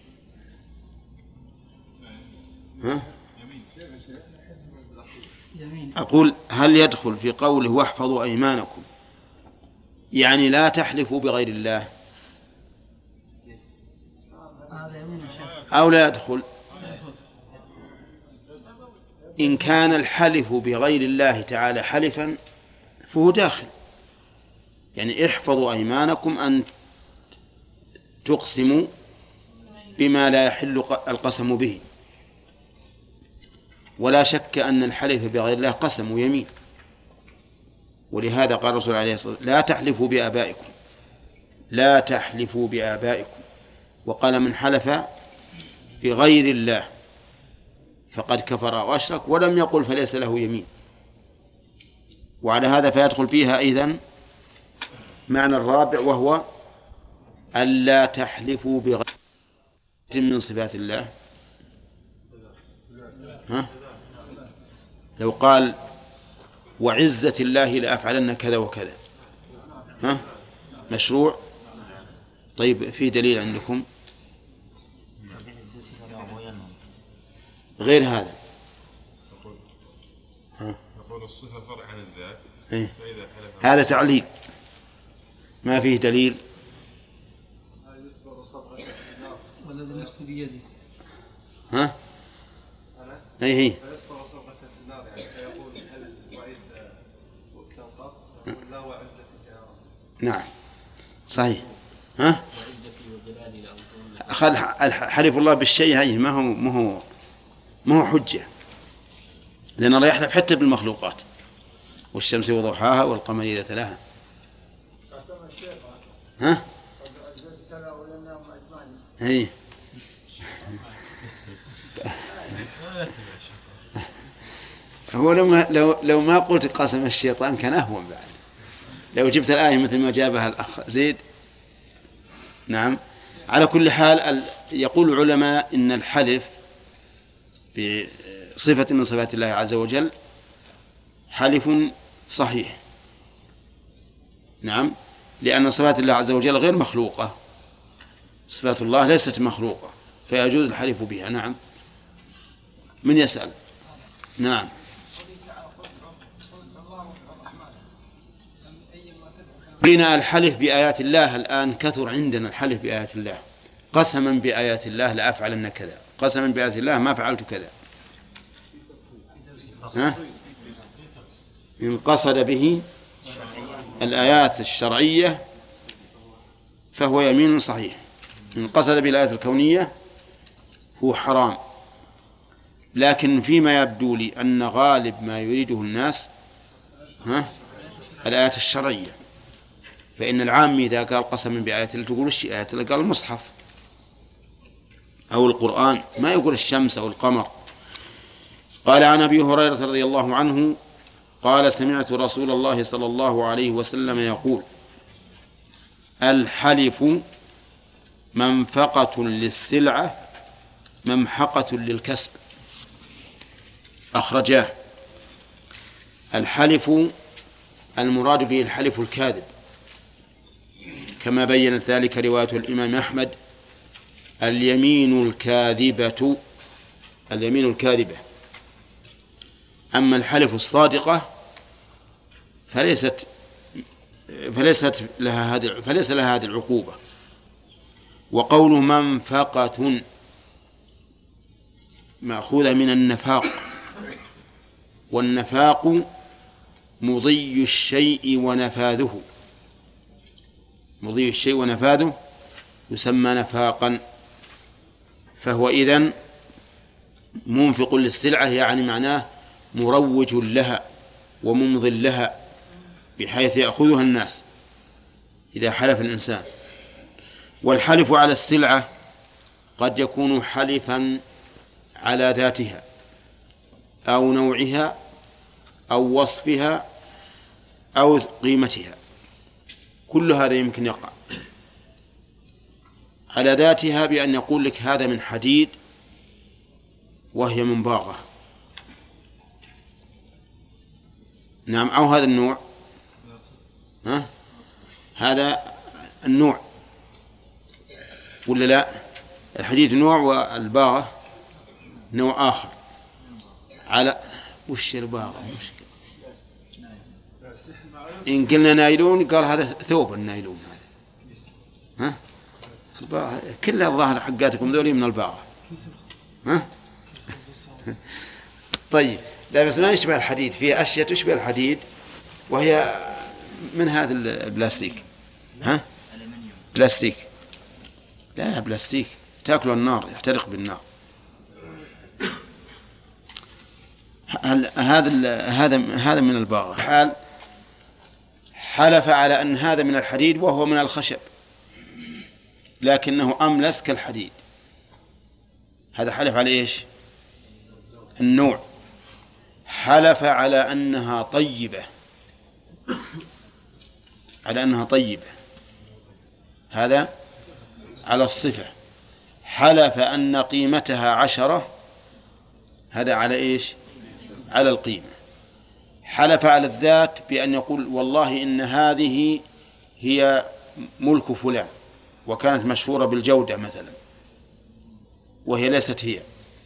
أقول هل يدخل في قوله واحفظوا أيمانكم يعني لا تحلفوا بغير الله، أو لا يدخل؟ إن كان الحلف بغير الله تعالى حلفا فهو داخل، يعني احفظوا أيمانكم أن تقسموا بما لا يحل القسم به، ولا شك أن الحلف بغير الله قسم ويمين، ولهذا قال الرسول عليه الصلاة والسلام لا تحلفوا بآبائكم، لا تحلفوا بآبائكم، وقال من حلف بغير الله فقد كفر وأشرك، ولم يقل فليس له يمين. وعلى هذا فيدخل فيها أيضا معنى الرابع، وهو ألا تحلفوا بغير من صفات الله. لو قال وعزة الله لأفعلن كذا وكذا، مشروع؟ طيب في دليل عندكم غير هذا؟ نقول الصفة فرع عن الذات. هذا تعليل ما فيه دليل. والذي نفسي بيده. هي نعم صحيح. خل حلف الله بالشيء هاي ما هو حجة، لأن الله يحلف حتى بالمخلوقات، والشمس وضحاها والقمر إذا تلاها. ها؟ هي هو لو ما قلت قسم الشيطان كان أهون بعد، لو جبت الآية مثل ما جابها الأخ زيد. نعم. على كل حال يقول العلماء إن الحلف بصفة من صفات الله عز وجل حلف صحيح. نعم، لأن صفات الله عز وجل غير مخلوقة، صفات الله ليست مخلوقة فيجوز الحلف بها. نعم. من يسأل؟ نعم. بنا الحلف بآيات الله الآن كثر عندنا الحلف بآيات الله، قسما بآيات الله لأفعلن كذا، قسما بآيات الله ما فعلت كذا. ها؟ إن قصد به الآيات الشرعية فهو يمين صحيح، إن قصد به الآيات الكونية هو حرام. لكن فيما يبدو لي أن غالب ما يريده الناس الآيات الشرعية، فإن العام إذا قال قسما بآيات الله تقول الشيء آيات الله، قال المصحف أو القرآن، ما يقول الشمس أو القمر. قال عن أبي هريرة رضي الله عنه قال سمعت رسول الله صلى الله عليه وسلم يقول الحلف منفقة للسلعة ممحقة للكسب. أخرجاه. الحلف المراد به الحلف الكاذب، كما بيّنت ذلك رواية الإمام أحمد: اليمين الكاذبة، اليمين الكاذبة. أما الحلف الصادقة فليس لها هذه العقوبة. وقول منفقة مأخوذة من النفاق، والنفاق مضي الشيء ونفاذه، مضي الشيء ونفاذه يسمى نفاقا. فهو إذن منفق للسلعة، يعني معناه مروج لها وممض لها بحيث يأخذها الناس إذا حلف الإنسان. والحلف على السلعة قد يكون حلفا على ذاتها أو نوعها أو وصفها أو قيمتها، كل هذا يمكن يقع. على ذاتها بأن يقول لك هذا من حديد وهي منباغة، نعم، أو هذا النوع، هذا النوع ولا لا؟ الحديد نوع والباغة نوع آخر. على وش الباغة؟ إن قلنا نايلون قال هذا ثوب النايلون هذا، الباغة كلها الظاهر حقاتكم ذولي من الباغة. طيب، لا بس ما يشبه الحديد، فيه أشياء تشبه الحديد وهي من هذا البلاستيك. بلاستيك، لا بلاستيك تأكله النار، يحترق بالنار. هذا من الباغة. حال حلف على أن هذا من الحديد وهو من الخشب لكنه أملس كالحديد، هذا حلف على إيش؟ النوع. حلف على أنها طيبة، على أنها طيبة، هذا على الصفة. حلف أن قيمتها 10، هذا على إيش؟ على القيمة. حلف على الذات بأن يقول والله إن هذه هي ملك فلان وكانت مشهورة بالجودة مثلا وهي ليست هي،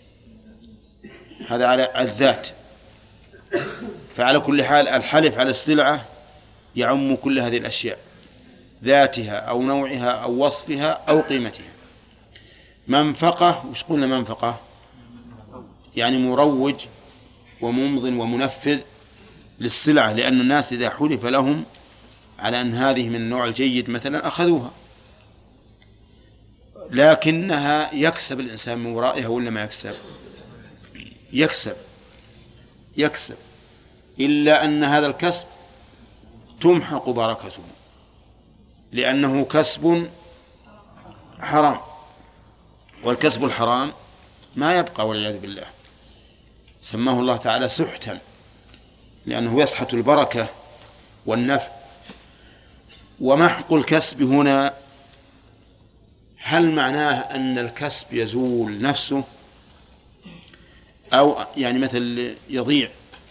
هذا على الذات. فعلى كل حال الحلف على السلعة يعم كل هذه الأشياء، ذاتها أو نوعها أو وصفها أو قيمتها. منفقة، وش قلنا منفقة؟ يعني مروج وممض ومنفذ للسلعة، لأن الناس إذا حلف لهم على أن هذه من النوع الجيد مثلا أخذوها. لكنها يكسب الإنسان من ورائها ولا ما يكسب؟ يكسب إلا أن هذا الكسب تمحق بركته لأنه كسب حرام، والكسب الحرام ما يبقى والعياذ بالله، سماه الله تعالى سحتا لأنه يسحت البركة والنفع. ومحق الكسب هنا هل معناه أن الكسب يزول نفسه أو يعني مثل يضيع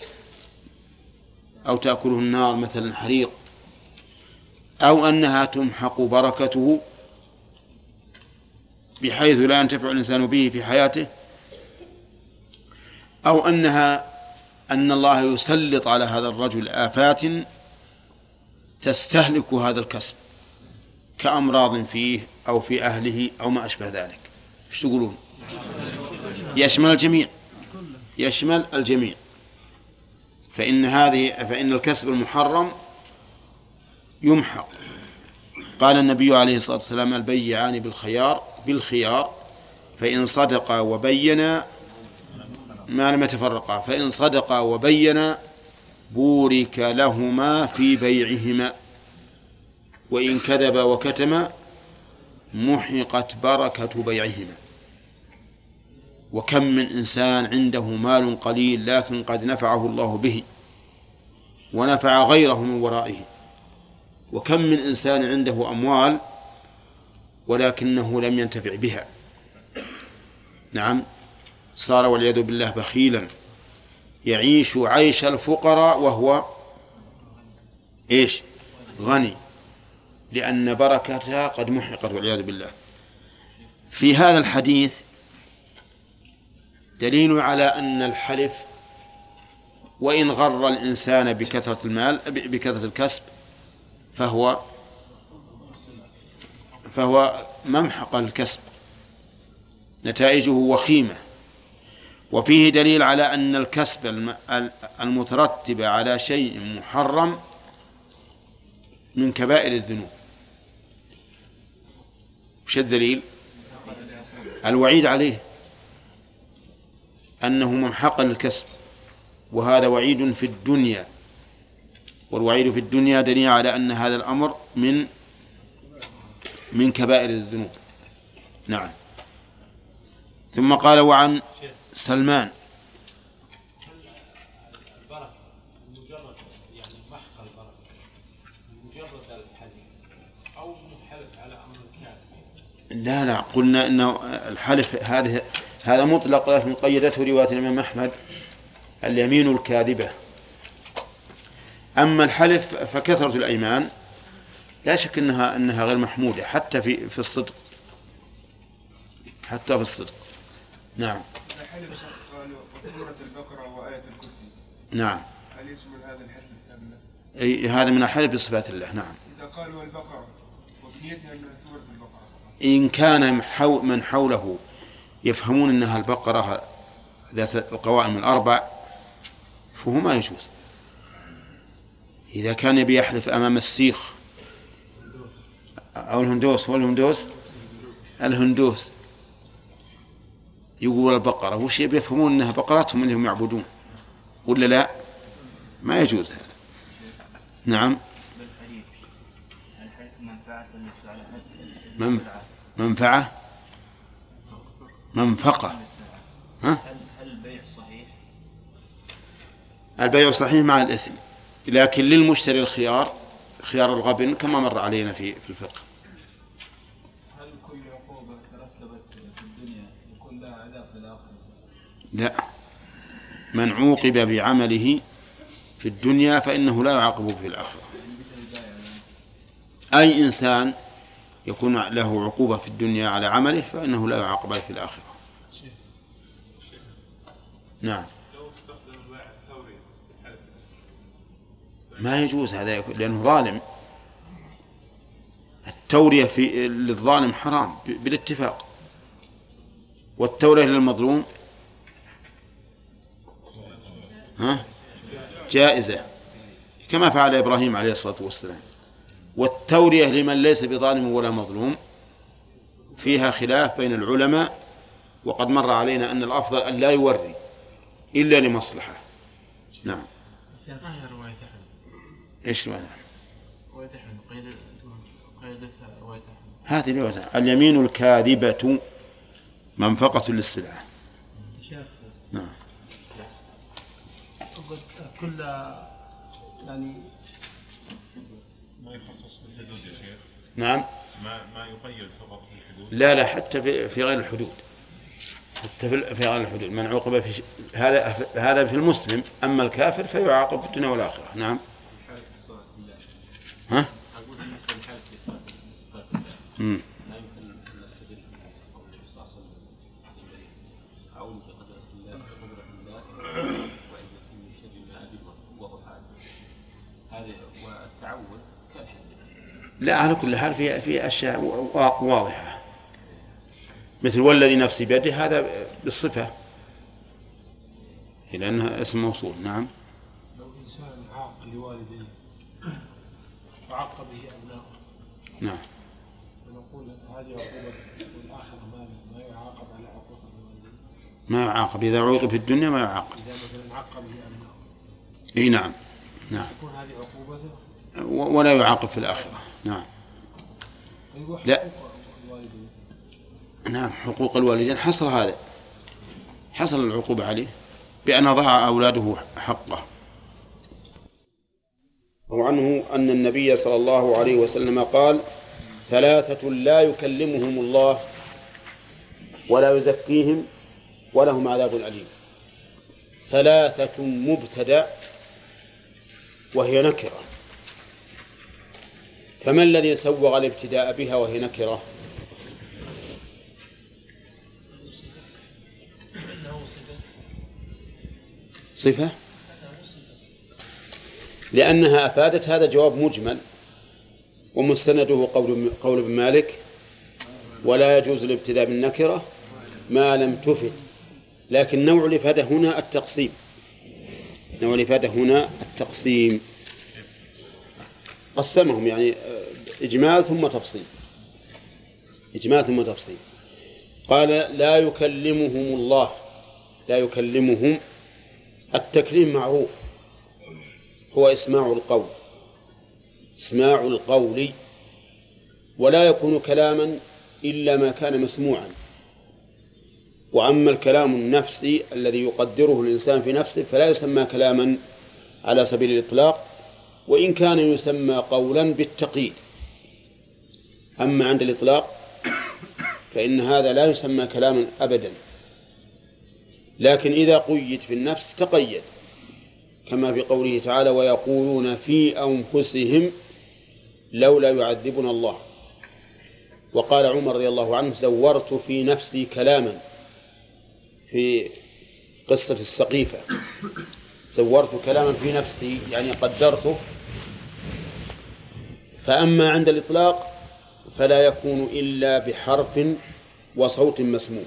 أو تأكله النار مثل حريق، أو أنها تمحق بركته بحيث لا ينتفع الإنسان به في حياته، أو أن الله يسلط على هذا الرجل آفات تستهلك هذا الكسب كأمراض فيه أو في أهله أو ما أشبه ذلك. ايش تقولون؟ يشمل الجميع. فإن الكسب المحرم يمحق. قال النبي عليه الصلاة والسلام: البيعان بالخيار فإن صدقا وبينا ما لم يتفرقا، فإن صدقا وبينا بورك لهما في بيعهما، وإن كذبا وكتما محقت بركة بيعهما. وكم من إنسان عنده مال قليل لكن قد نفعه الله به ونفع غيره من ورائه، وكم من إنسان عنده أموال ولكنه لم ينتفع بها، نعم، صار والعياذ بالله بخيلا يعيش عيش الفقراء وهو غني، لأن بركتها قد محقت والعياذ بالله. في هذا الحديث دليل على أن الحلف وإن غر الإنسان بكثرة الكسب فهو ممحق الكسب، نتائجه وخيمة. وفيه دليل على أن الكسب المترتب على شيء محرم من كبائر الذنوب. وش الدليل؟ الوعيد عليه أنه ممحق للكسب، وهذا وعيد في الدنيا، والوعيد في الدنيا دليل على أن هذا الأمر من كبائر الذنوب. نعم. ثم قال: وعن سلمان. البركة مجرد يعني محق البركة مجرد الحلف أو الحلف على أمر كامل؟ لا، قلنا إنه الحلف هذا مطلق، لكن قيدته رواية الإمام أحمد: اليمين الكاذبة. أما الحلف فكثرة الأيمان لا شك أنها غير محمودة حتى في الصدق، حتى في الصدق. نعم. الحلف قالوا وسورة البقرة وآية الكرسي. نعم. هل يشمل هذا الحلف كاملا؟ أي هذا من الحلف بصفات الله. نعم. إذا قالوا البقرة وبنيتها أنها سورة البقرة، إن كان من حوله يفهمون أنها البقرة ذات القوائم الأربع فهو ما يجوز. إذا كان يبي يحلف أمام السيخ أو الهندوس يقول البقرة، وش يفهمون أنها بقراتهم اللي هم يعبدون، ولا لا؟ ما يجوز هذا. نعم. منفقة. هل البيع صحيح؟ البيع صحيح مع الإثم، لكن للمشتري خيار الغبن كما مر علينا في الفقه. هل كل عقوبة ترتبت في الدنيا يكون لها عذاب في الآخرة؟ لا، من عوقب بعمله في الدنيا فإنه لا يعاقب في الآخرة. أي إنسان يكون له عقوبة في الدنيا على عمله فإنه لا يعاقب في الآخرة. نعم. ما يجوز هذا لأنه ظالم. التورية للظالم حرام بالاتفاق، والتورية للمظلوم جائزة كما فعل إبراهيم عليه الصلاة والسلام. والتورية لمن ليس بظالم ولا مظلوم فيها خلاف بين العلماء، وقد مر علينا أن الأفضل أن لا يوري إلا لمصلحة. نعم. ما هي رواية أحمد؟ إيش رواية؟ رواية أحمد قيدتها رواية أحمد. هذه رواية اليمين الكاذبة منفقة للسلعة. نعم. كل يعني ما يخصص بالحدود يا شيخ. نعم. ما يقيد فقط في الحدود. لا حتى في غير الحدود، حتى في غير الحدود من عوقب في هذا في المسلم، أما الكافر فيعاقب في الدنيا والآخرة. نعم. ها؟ أقول بالنسبة لحالة صفات الله لا يمكن أن نستدل بقول النبي صلى الله عليه وسلم أعوذ بقدرة الله وعزته من شر ما أجد وهو هذا والتعوذ كالحديث. لا، على كل حال في أشياء واضحة، مثل والذي نفسي بيده، هذا بالصفة لأنها اسم موصول. نعم. لو إنسان عاق لوالديه وعاق به أبناؤه، نعم، ونقول هذه عقوبة، والآخر ما يعاقب على عقوق الوالدين. ما يعاقب إذا عوقب في الدنيا، ما يعاقب إذا مثلا عاق به أبناؤه. إيه نعم. نعم. تكون هذه عقوبته ولا يعاقب في الآخرة. نعم. لا. نعم، حقوق الوالدين حصل هذا، حصل العقوبة عليه بأن ضاع أولاده حقه. وعنه أن النبي صلى الله عليه وسلم قال: ثلاثة لا يكلمهم الله ولا يزكيهم ولهم عذاب أليم. ثلاثة مبتدأ وهي نكرة، فما الذي سوغ الابتداء بها وهي نكرة؟ صفة، لأنها أفادت هذا جواب مجمل، ومستنده قول ابن مالك: ولا يجوز الابتداء بالنكرة ما لم تفد. لكن نوع الإفادة هنا التقسيم، نوع الإفادة هنا التقسيم، قسمهم يعني إجمال ثم تفصيل، إجمال ثم تفصيل. قال: لا يكلمهم الله، لا يكلمهم، التكليم معروف، هو إسماع القول، إسماع القول، ولا يكون كلاما إلا ما كان مسموعا. وأما الكلام النفسي الذي يقدره الإنسان في نفسه فلا يسمى كلاما على سبيل الإطلاق، وإن كان يسمى قولا بالتقييد. أما عند الإطلاق فإن هذا لا يسمى كلاما أبدا، لكن إذا قيد في النفس تقيد، كما في قوله تعالى: ويقولون في أنفسهم لولا يعذبنا الله. وقال عمر رضي الله عنه: زورت في نفسي كلاما، في قصة السقيفة، زورت كلاما في نفسي يعني قدرته. فأما عند الإطلاق فلا يكون إلا بحرف وصوت مسموع.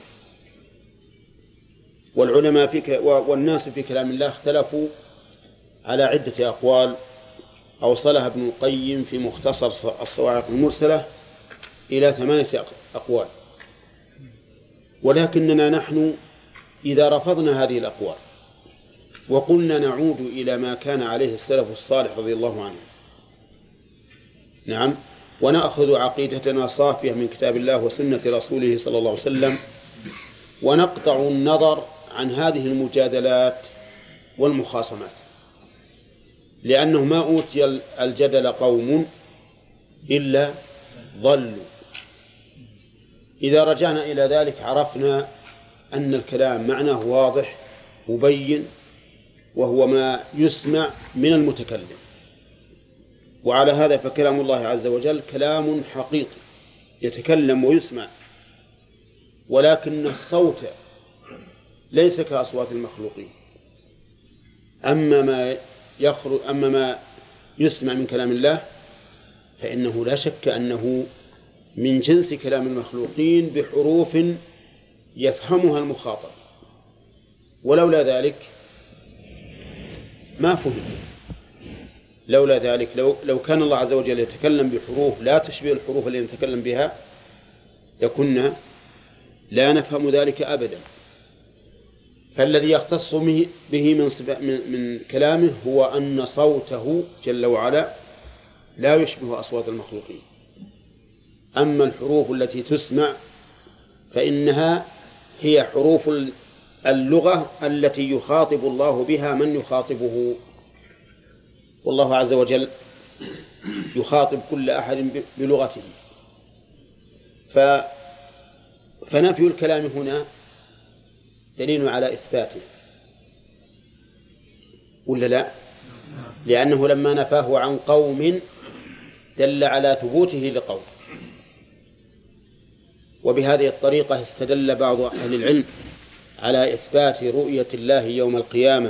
والعلماء والناس في كلام الله اختلفوا على عدة أقوال، أوصلها ابن القيم في مختصر الصواعق المرسلة إلى 8 أقوال. ولكننا نحن إذا رفضنا هذه الأقوال وقلنا نعود إلى ما كان عليه السلف الصالح رضي الله عنه، نعم، ونأخذ عقيدتنا صافية من كتاب الله وسنة رسوله صلى الله عليه وسلم، ونقطع النظر عن هذه المجادلات والمخاصمات، لأنه ما أوتي الجدل قوم إلا ضلوا. إذا رجعنا إلى ذلك عرفنا أن الكلام معناه واضح مبين، وهو ما يسمع من المتكلم. وعلى هذا فكلام الله عز وجل كلام حقيقي يتكلم ويسمع، ولكن الصوت ليس كأصوات المخلوقين. أما ما يسمع من كلام الله فإنه لا شك أنه من جنس كلام المخلوقين بحروف يفهمها المخاطب، ولولا ذلك ما فهم. لولا ذلك لو كان الله عز وجل يتكلم بحروف لا تشبه الحروف التي يتكلم بها لكنا لا نفهم ذلك أبدا. فالذي يختص به من كلامه هو أن صوته جل وعلا لا يشبه أصوات المخلوقين. أما الحروف التي تسمع فإنها هي حروف اللغة التي يخاطب الله بها من يخاطبه، والله عز وجل يخاطب كل أحد بلغته. فنفي الكلام هنا دليل على إثباته ولا لا؟ لأنه لما نفاه عن قوم دل على ثبوته لقوم. وبهذه الطريقة استدل بعض أهل العلم على إثبات رؤية الله يوم القيامة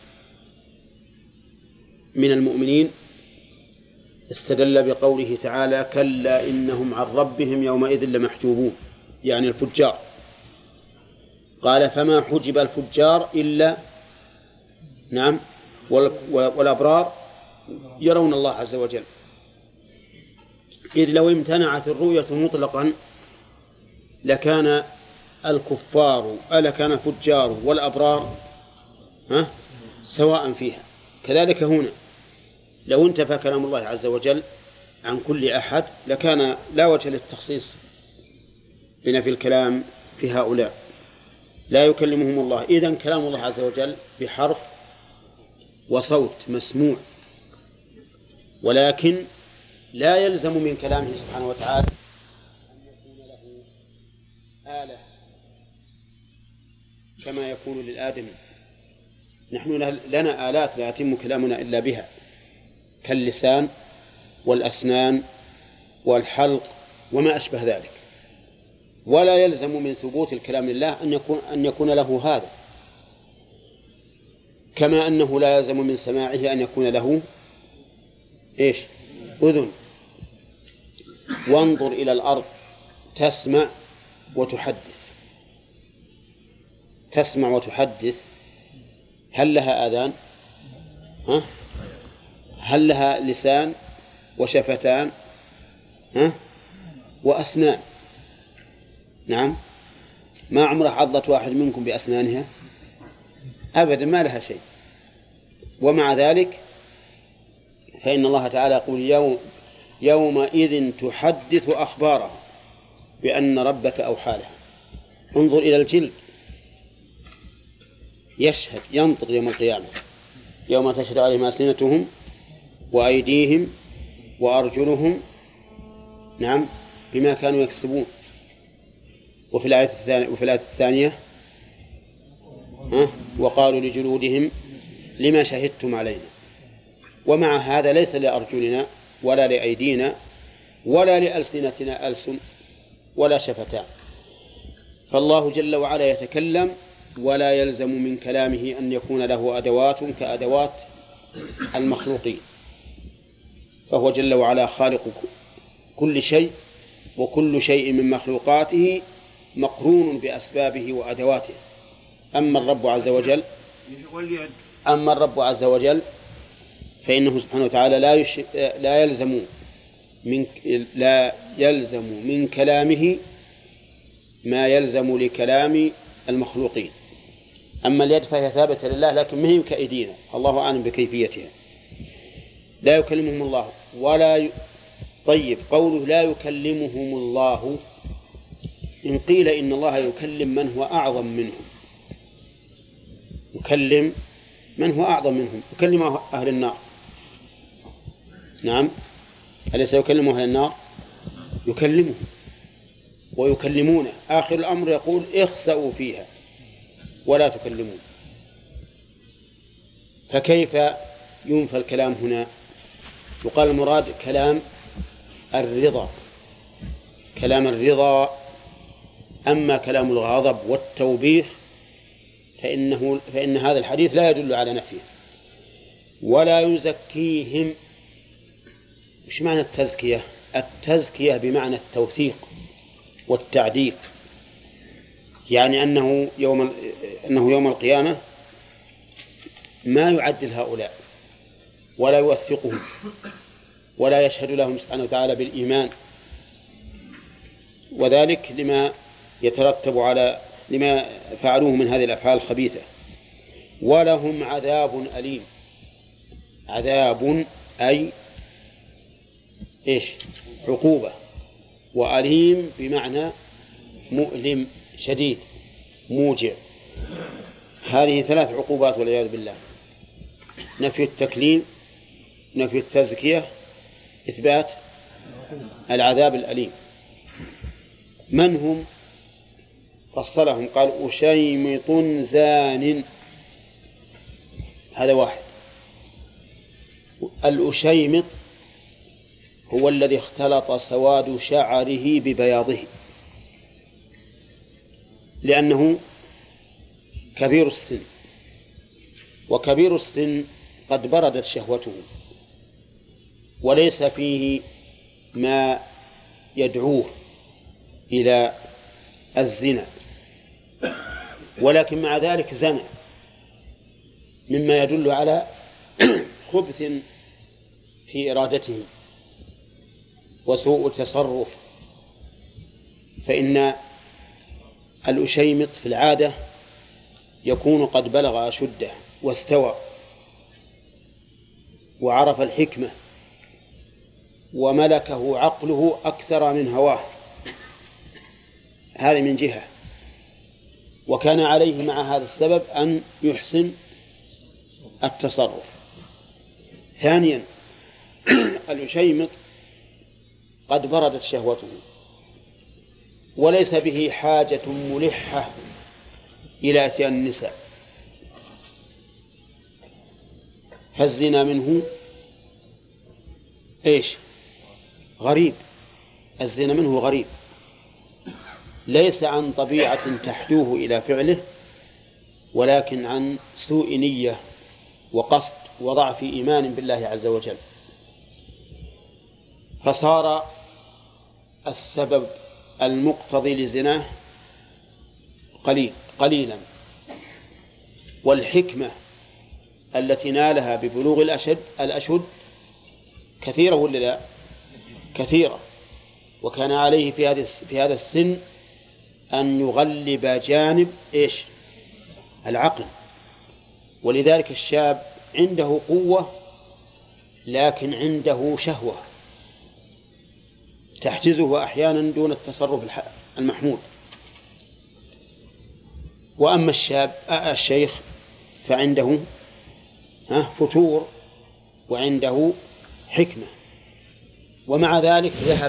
من المؤمنين، استدل بقوله تعالى: كلا إنهم عن ربهم يومئذ لمحجوبون، يعني الفجار. قال: فما حجب الفجار إلا نعم والأبرار يرون الله عز وجل. إذ لو امتنعت الرؤية مطلقا لكان الفجار والأبرار سواء فيها. كذلك هنا لو انتفى كلام الله عز وجل عن كل أحد لكان لا وجه للتخصيص بنفي الكلام في هؤلاء، لا يكلمهم الله. إذن كلام الله عز وجل بحرف وصوت مسموع، ولكن لا يلزم من كلامه سبحانه وتعالى أن يكون له آلة كما يكون للآدم. نحن لنا آلات لا يتم كلامنا إلا بها، كاللسان والأسنان والحلق وما أشبه ذلك. ولا يلزم من ثبوت الكلام لله أن يكون له هذا، كما أنه لا يلزم من سماعه أن يكون له أذن. وانظر إلى الأرض تسمع وتحدث، هل لها آذان؟ هل لها لسان وشفتان وأسنان؟ نعم. ما عمره عضت واحد منكم بأسنانها أبدا، ما لها شيء. ومع ذلك فإن الله تعالى يقول: يومئذ تحدث أخبارها بأن ربك أوحى لها. انظر إلى الجلد يشهد، ينطق يوم القيامة، يوم تشهد عليهم ألسنتهم وأيديهم وأرجلهم نعم بما كانوا يكسبون. وفي الآية الثانية وقالوا لجلودهم لما شهدتم علينا. ومع هذا ليس لأرجلنا ولا لأيدينا ولا لألسنتنا ألسن ولا شفتان. فالله جل وعلا يتكلم ولا يلزم من كلامه أن يكون له أدوات كأدوات المخلوقين، فهو جل وعلا خالق كل شيء، وكل شيء من مخلوقاته مقرون بأسبابه وأدواته. أما الرب عز وجل فإنه سبحانه وتعالى لا يلزم من كلامه ما يلزم لكلام المخلوقين. أما اليد فهي ثابتة لله لكن ما هي كأيدينا، الله أعلم بكيفيتها. لا يكلمهم الله طيب، قوله لا يكلمهم الله، إن قيل إن الله يكلم من هو أعظم منهم، يكلم من هو أعظم منهم، يكلم أهل النار. نعم، أليس يكلم أهل النار؟ يكلمهم ويكلمونه. آخر الأمر يقول: اخسأوا فيها ولا تكلمون. فكيف ينفى الكلام هنا؟ يقال المراد كلام الرضا. أما كلام الغضب والتوبيخ فإن هذا الحديث لا يدل على نفيه. ولا يزكيهم. مش معنى التزكية؟ التزكية بمعنى التوثيق والتعديل، يعني أنه يوم القيامة ما يعدل هؤلاء ولا يوثقهم ولا يشهد لهم سبحانه وتعالى بالإيمان وذلك لما يترتب على لما فعلوه من هذه الأفعال الخبيثة. ولهم عذاب أليم. عذاب أي إيش؟ عقوبة، وأليم بمعنى مؤلم شديد موجع. هذه 3 عقوبات والعياذ بالله: نفي التكليم، نفي التزكية، إثبات العذاب الأليم. من هم؟ فصلهم قال: أشيمط زان. هذا واحد. الأشيمط هو الذي اختلط سواد شعره ببياضه، لأنه كبير السن، وكبير السن قد بردت شهوته وليس فيه ما يدعوه إلى الزنا، ولكن مع ذلك زنى، مما يدل على خبث في إرادته وسوء تصرف. فإن الأشيمط في العادة يكون قد بلغ أشده واستوى وعرف الحكمة وملكه عقله أكثر من هواه، هذا من جهة، وكان عليه مع هذا السبب أن يحسن التصرف. ثانيا الأشيمط قد بردت شهوته وليس به حاجة ملحة إلى أتيان النساء، فالزنا منه إيش؟ غريب. الزنا منه غريب، ليس عن طبيعة تحدوه إلى فعله، ولكن عن سوء نية وقصد وضعف إيمان بالله عز وجل. فصار السبب المقتضي للزنا قليلا، والحكمة التي نالها ببلوغ الأشد كثيرة ولا لا؟ كثيرة. وكان عليه في هذا السن أن يغلب جانب إيش؟ العقل. ولذلك الشاب عنده قوة لكن عنده شهوة تحجزه أحيانا دون التصرف المحمود. وأما الشيخ فعنده فتور وعنده حكمة، ومع ذلك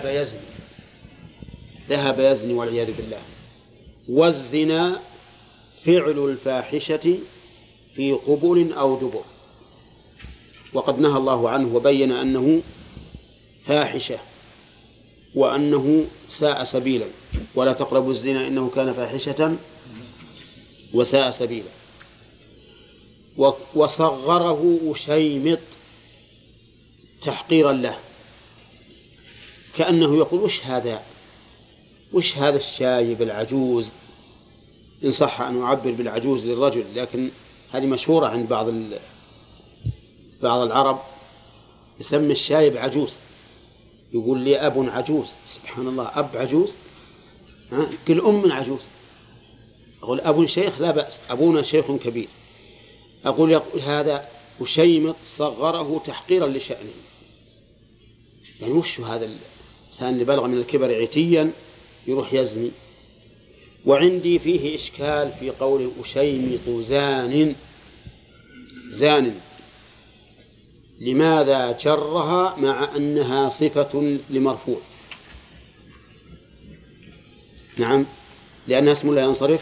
ذهب يزني والعياذ بالله. والزنا فعل الفاحشة في قبول أو دبر، وقد نهى الله عنه وبين أنه فاحشة وأنه ساء سبيلا: ولا تقربوا الزنا إنه كان فاحشة وساء سبيلا. وصغره أشيمط تحقيرا له، كأنه يقول: وش هذا الشايب العجوز، إن صح أن أعبر بالعجوز للرجل، لكن هذه مشهورة عند بعض العرب، يسمي الشايب عجوز، يقول لي أب عجوز. سبحان الله، أب عجوز؟ كل أم عجوز. أقول أب شيخ لا بأس، أبونا شيخ كبير. أقول هذا أشيمط صغره تحقيرا لشأنه، يعني وش هذا الإنسان اللي بلغ من الكبر عتيا يروح يزني؟ وعندي فيه إشكال في قول أشيمط زان، لماذا جرها مع أنها صفة لمرفوع؟ نعم، لأنها اسم لا ينصرف.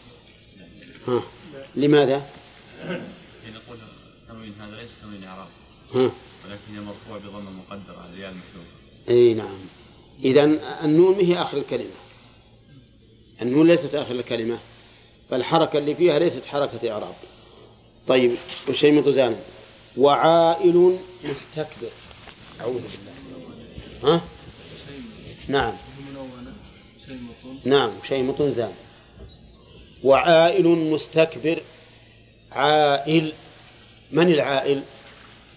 لماذا؟ نقول تنوين هذا ليس تنوين إعراب، ولكن مرفوع بضم المقدر على الياء المحذوفة. أي نعم. إذن النون هي آخر الكلمة، النون ليست آخر الكلمة، فالحركة اللي فيها ليست حركة إعراب. طيب، وشيمط زان. وعائل مستكبر. أعوذ بالله. نعم، شيمط زان. وعائل مستكبر. عائل، من العائل؟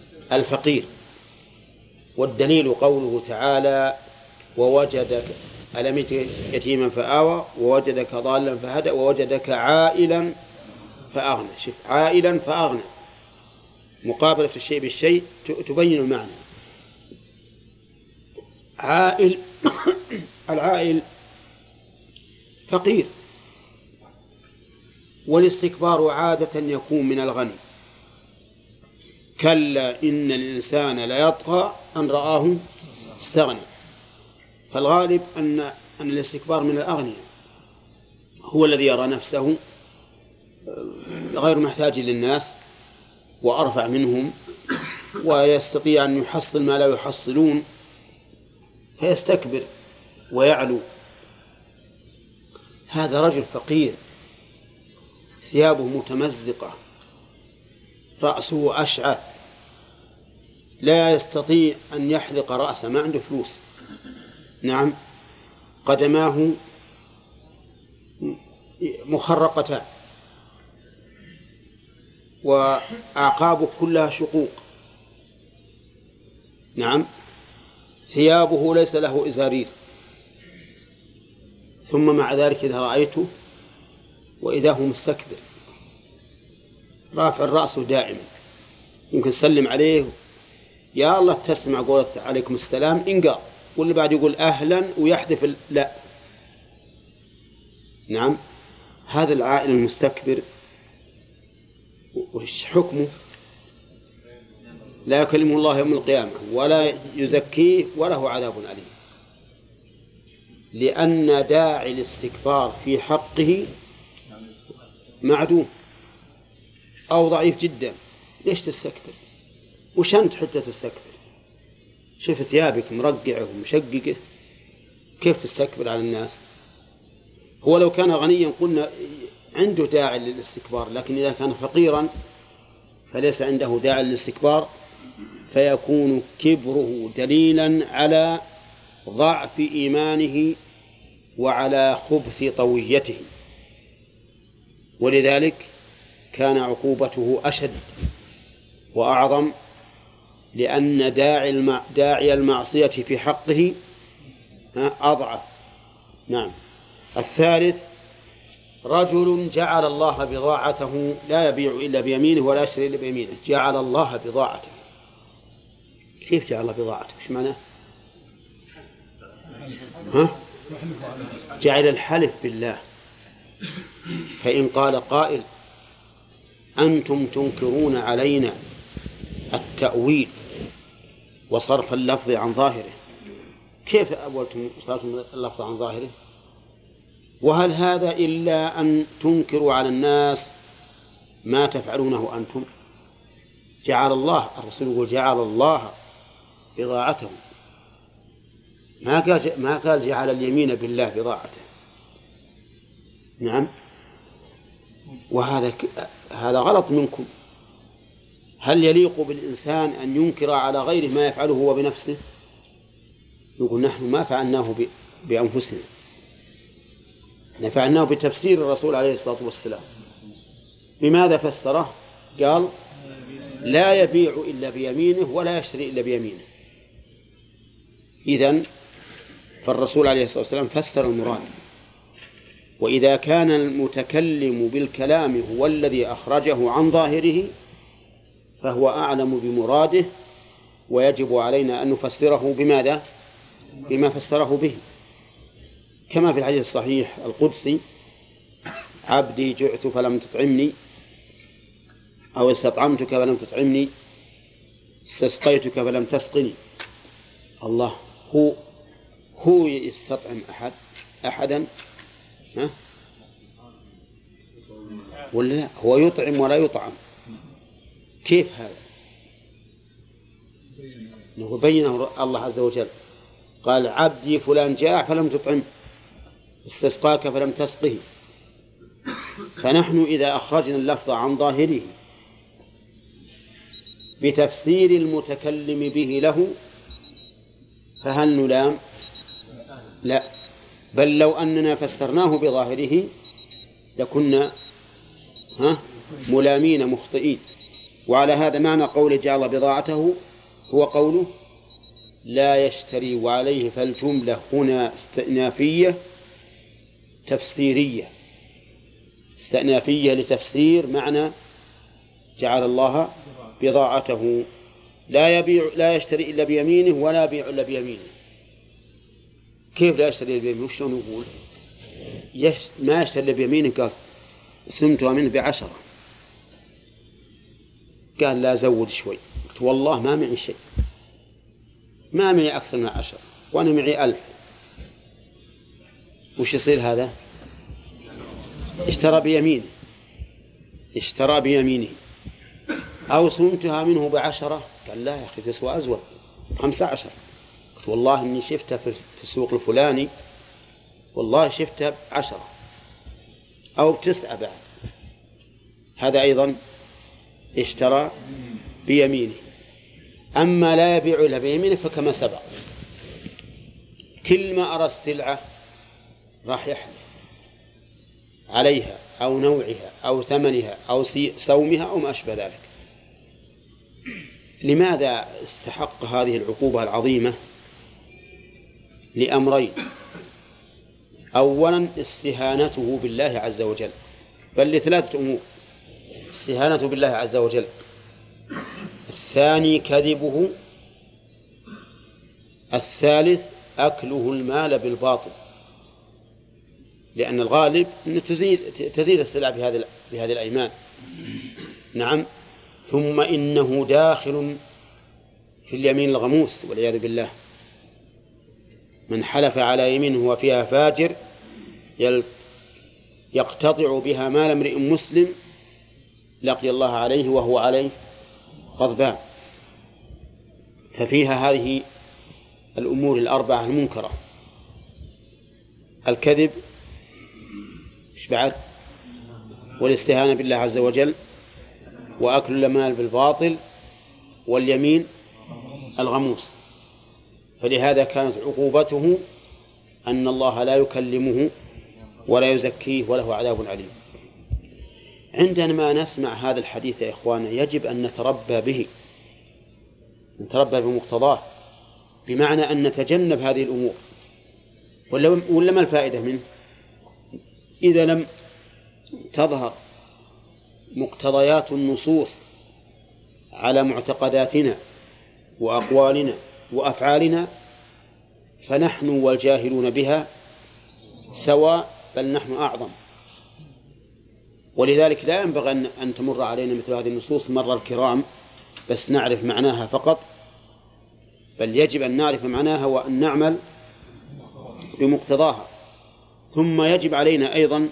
الفقير. والدليل قوله تعالى: ووجدك ألم يجدك يتيما فآوى ووجدك ضالا فهدى ووجدك عائلا فأغنى. شوف عائلا فأغنى، مقابلة الشيء بالشيء تبين المعنى. عائل العائل فقير، والاستكبار عادة يكون من الغني. كلا إن الإنسان ليطغى أن رآه استغنى. فالغالب أن الاستكبار من الأغنياء، هو الذي يرى نفسه غير محتاج للناس وأرفع منهم ويستطيع أن يحصل ما لا يحصلون فيستكبر ويعلو. هذا رجل فقير ثيابه متمزقة، رأسه أشعث، لا يستطيع أن يحلق رأسه، ما عنده فلوس. نعم، قدماه مخرقتان وأعقابه كلها شقوق. نعم، ثيابه ليس له إزارير. ثم مع ذلك إذا رأيته وإذا هو مستكبر رافع الرأس دائما، يمكن سلم عليه يا الله تسمع قولة عليكم السلام إنقار، واللي بعد يقول أهلا ويحذف لا. نعم، هذا العائل المستكبر وش حكمه؟ لا يكلمه الله يوم القيامة ولا يزكيه وله عذاب أليم، لأن داعي الاستكبار في حقه معدوم أو ضعيف جدا. ليش تستكبر؟ وش أنت حتى تستكبر؟ شوف ثيابك مرقعه ومشققه، كيف تستكبر على الناس؟ هو لو كان غنيا قلنا عنده داعي للاستكبار، لكن إذا كان فقيرا فليس عنده داعي للاستكبار، فيكون كبره دليلا على ضعف إيمانه وعلى خبث طويته، ولذلك كان عقوبته أشد وأعظم، لأن داعي المعصية في حقه أضعف. نعم. الثالث رجل جعل الله بضاعته لا يبيع إلا بيمينه ولا يشتري إلا بيمينه. جعل الله بضاعته، كيف جعل الله بضاعته؟ إيش معناه؟ جعل الحلف بالله. فإن قال قائل أنتم تنكرون علينا التأويل وصرف اللفظ عن ظاهره، كيف أولتم صرف اللفظ عن ظاهره؟ وهل هذا إلا أن تنكروا على الناس ما تفعلونه أنتم؟ جعل الله، الرسول يقول جعل الله بضاعته، ما قال جعل اليمين بالله بضاعته. نعم، هذا غلط منكم. هل يليق بالإنسان أن ينكر على غيره ما يفعله هو بنفسه؟ يقول نحن ما فعلناه بأنفسنا، فعلناه بتفسير الرسول عليه الصلاة والسلام. بماذا فسره؟ قال لا يبيع إلا بيمينه ولا يشتري إلا بيمينه. إذن فالرسول عليه الصلاة والسلام فسر المراد. وإذا كان المتكلم بالكلام هو الذي أخرجه عن ظاهره فهو أعلم بمراده، ويجب علينا أن نفسره بماذا؟ بما فسره به، كما في الحديث الصحيح القدسي عبدي جعت فلم تطعمني، أو استطعمتك فلم تطعمني، استسقيتك فلم تسقني. الله هو يستطعم أحدا ولا لا؟ هو يطعم ولا يطعم. كيف هذا؟ إنه بينه الله عز وجل، قال عبدي فلان جاع فلم تطعم، استسقاك فلم تسقه. فنحن إذا أخرجنا اللفظ عن ظاهره بتفسير المتكلم به له فهل نلام؟ لا، بل لو أننا فسرناه بظاهره لكنا ملامين مخطئين. وعلى هذا معنى قول جعل بضاعته هو قوله لا يشتري وعليه، فالجملة هنا استئنافية تفسيرية، استئنافية لتفسير معنى جعل الله بضاعته لا يشتري إلا بيمينه ولا يبيع إلا بيمينه. كيف لا يشتري إلا بيمينه؟ وش نقول؟ ما يشتري إلا بيمينه. قال سمتها منه ب10، قال لا زود شوي، قلت والله ما معي شيء، ما معي أكثر من 10 وأنا معي 1000. وش يصير هذا؟ اشترى بيمينه. أو صمتها منه ب10، قال لا يا أخي تسوى أزود 15. قلت والله إني شفتها في السوق الفلاني، والله شفتها ب10 أو ب9 بعد. هذا أيضا اشترى بيمينه. أما لا يبيع إلا بيمينه فكما سبق، كل ما أرى السلعة راح يحلف عليها أو نوعها أو ثمنها أو سومها أو ما أشبه ذلك. لماذا استحق هذه العقوبة العظيمة؟ لأمرين: أولا استهانته بالله عز وجل، بل ل3 أمور: استهانته بالله عز وجل، الثاني كذبه، الثالث أكله المال بالباطل، لأن الغالب أن تزيد السلع بهذه الأيمان. نعم. ثم إنه داخل في اليمين الغموس والعياذ بالله. من حلف على يمين هو فيها فاجر يقتطع بها مال امرئ مسلم لقي الله عليه وهو عليه غضبان. ففيها هذه الأمور الأربعة المنكرة: الكذب، بعد، والاستهانة بالله عز وجل، وأكل المال بالباطل، واليمين الغموس. فلهذا كانت عقوبته أن الله لا يكلمه ولا يزكيه وله عذاب عليم. عندما نسمع هذا الحديث يا إخوانا يجب أن نتربى به، نتربى بمقتضاه، بمعنى أن نتجنب هذه الأمور. ولا ما الفائدة منه إذا لم تظهر مقتضيات النصوص على معتقداتنا وأقوالنا وأفعالنا، فنحن والجاهلون بها سواء، بل نحن أعظم. ولذلك لا ينبغي أن تمر علينا مثل هذه النصوص مر الكرام بس نعرف معناها فقط، بل يجب أن نعرف معناها وأن نعمل بمقتضاها. ثم يجب علينا أيضا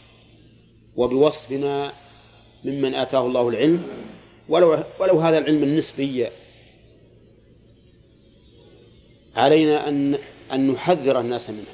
وبوصفنا ممن آتاه الله العلم، ولو هذا العلم النسبي، علينا أن نحذر الناس منها،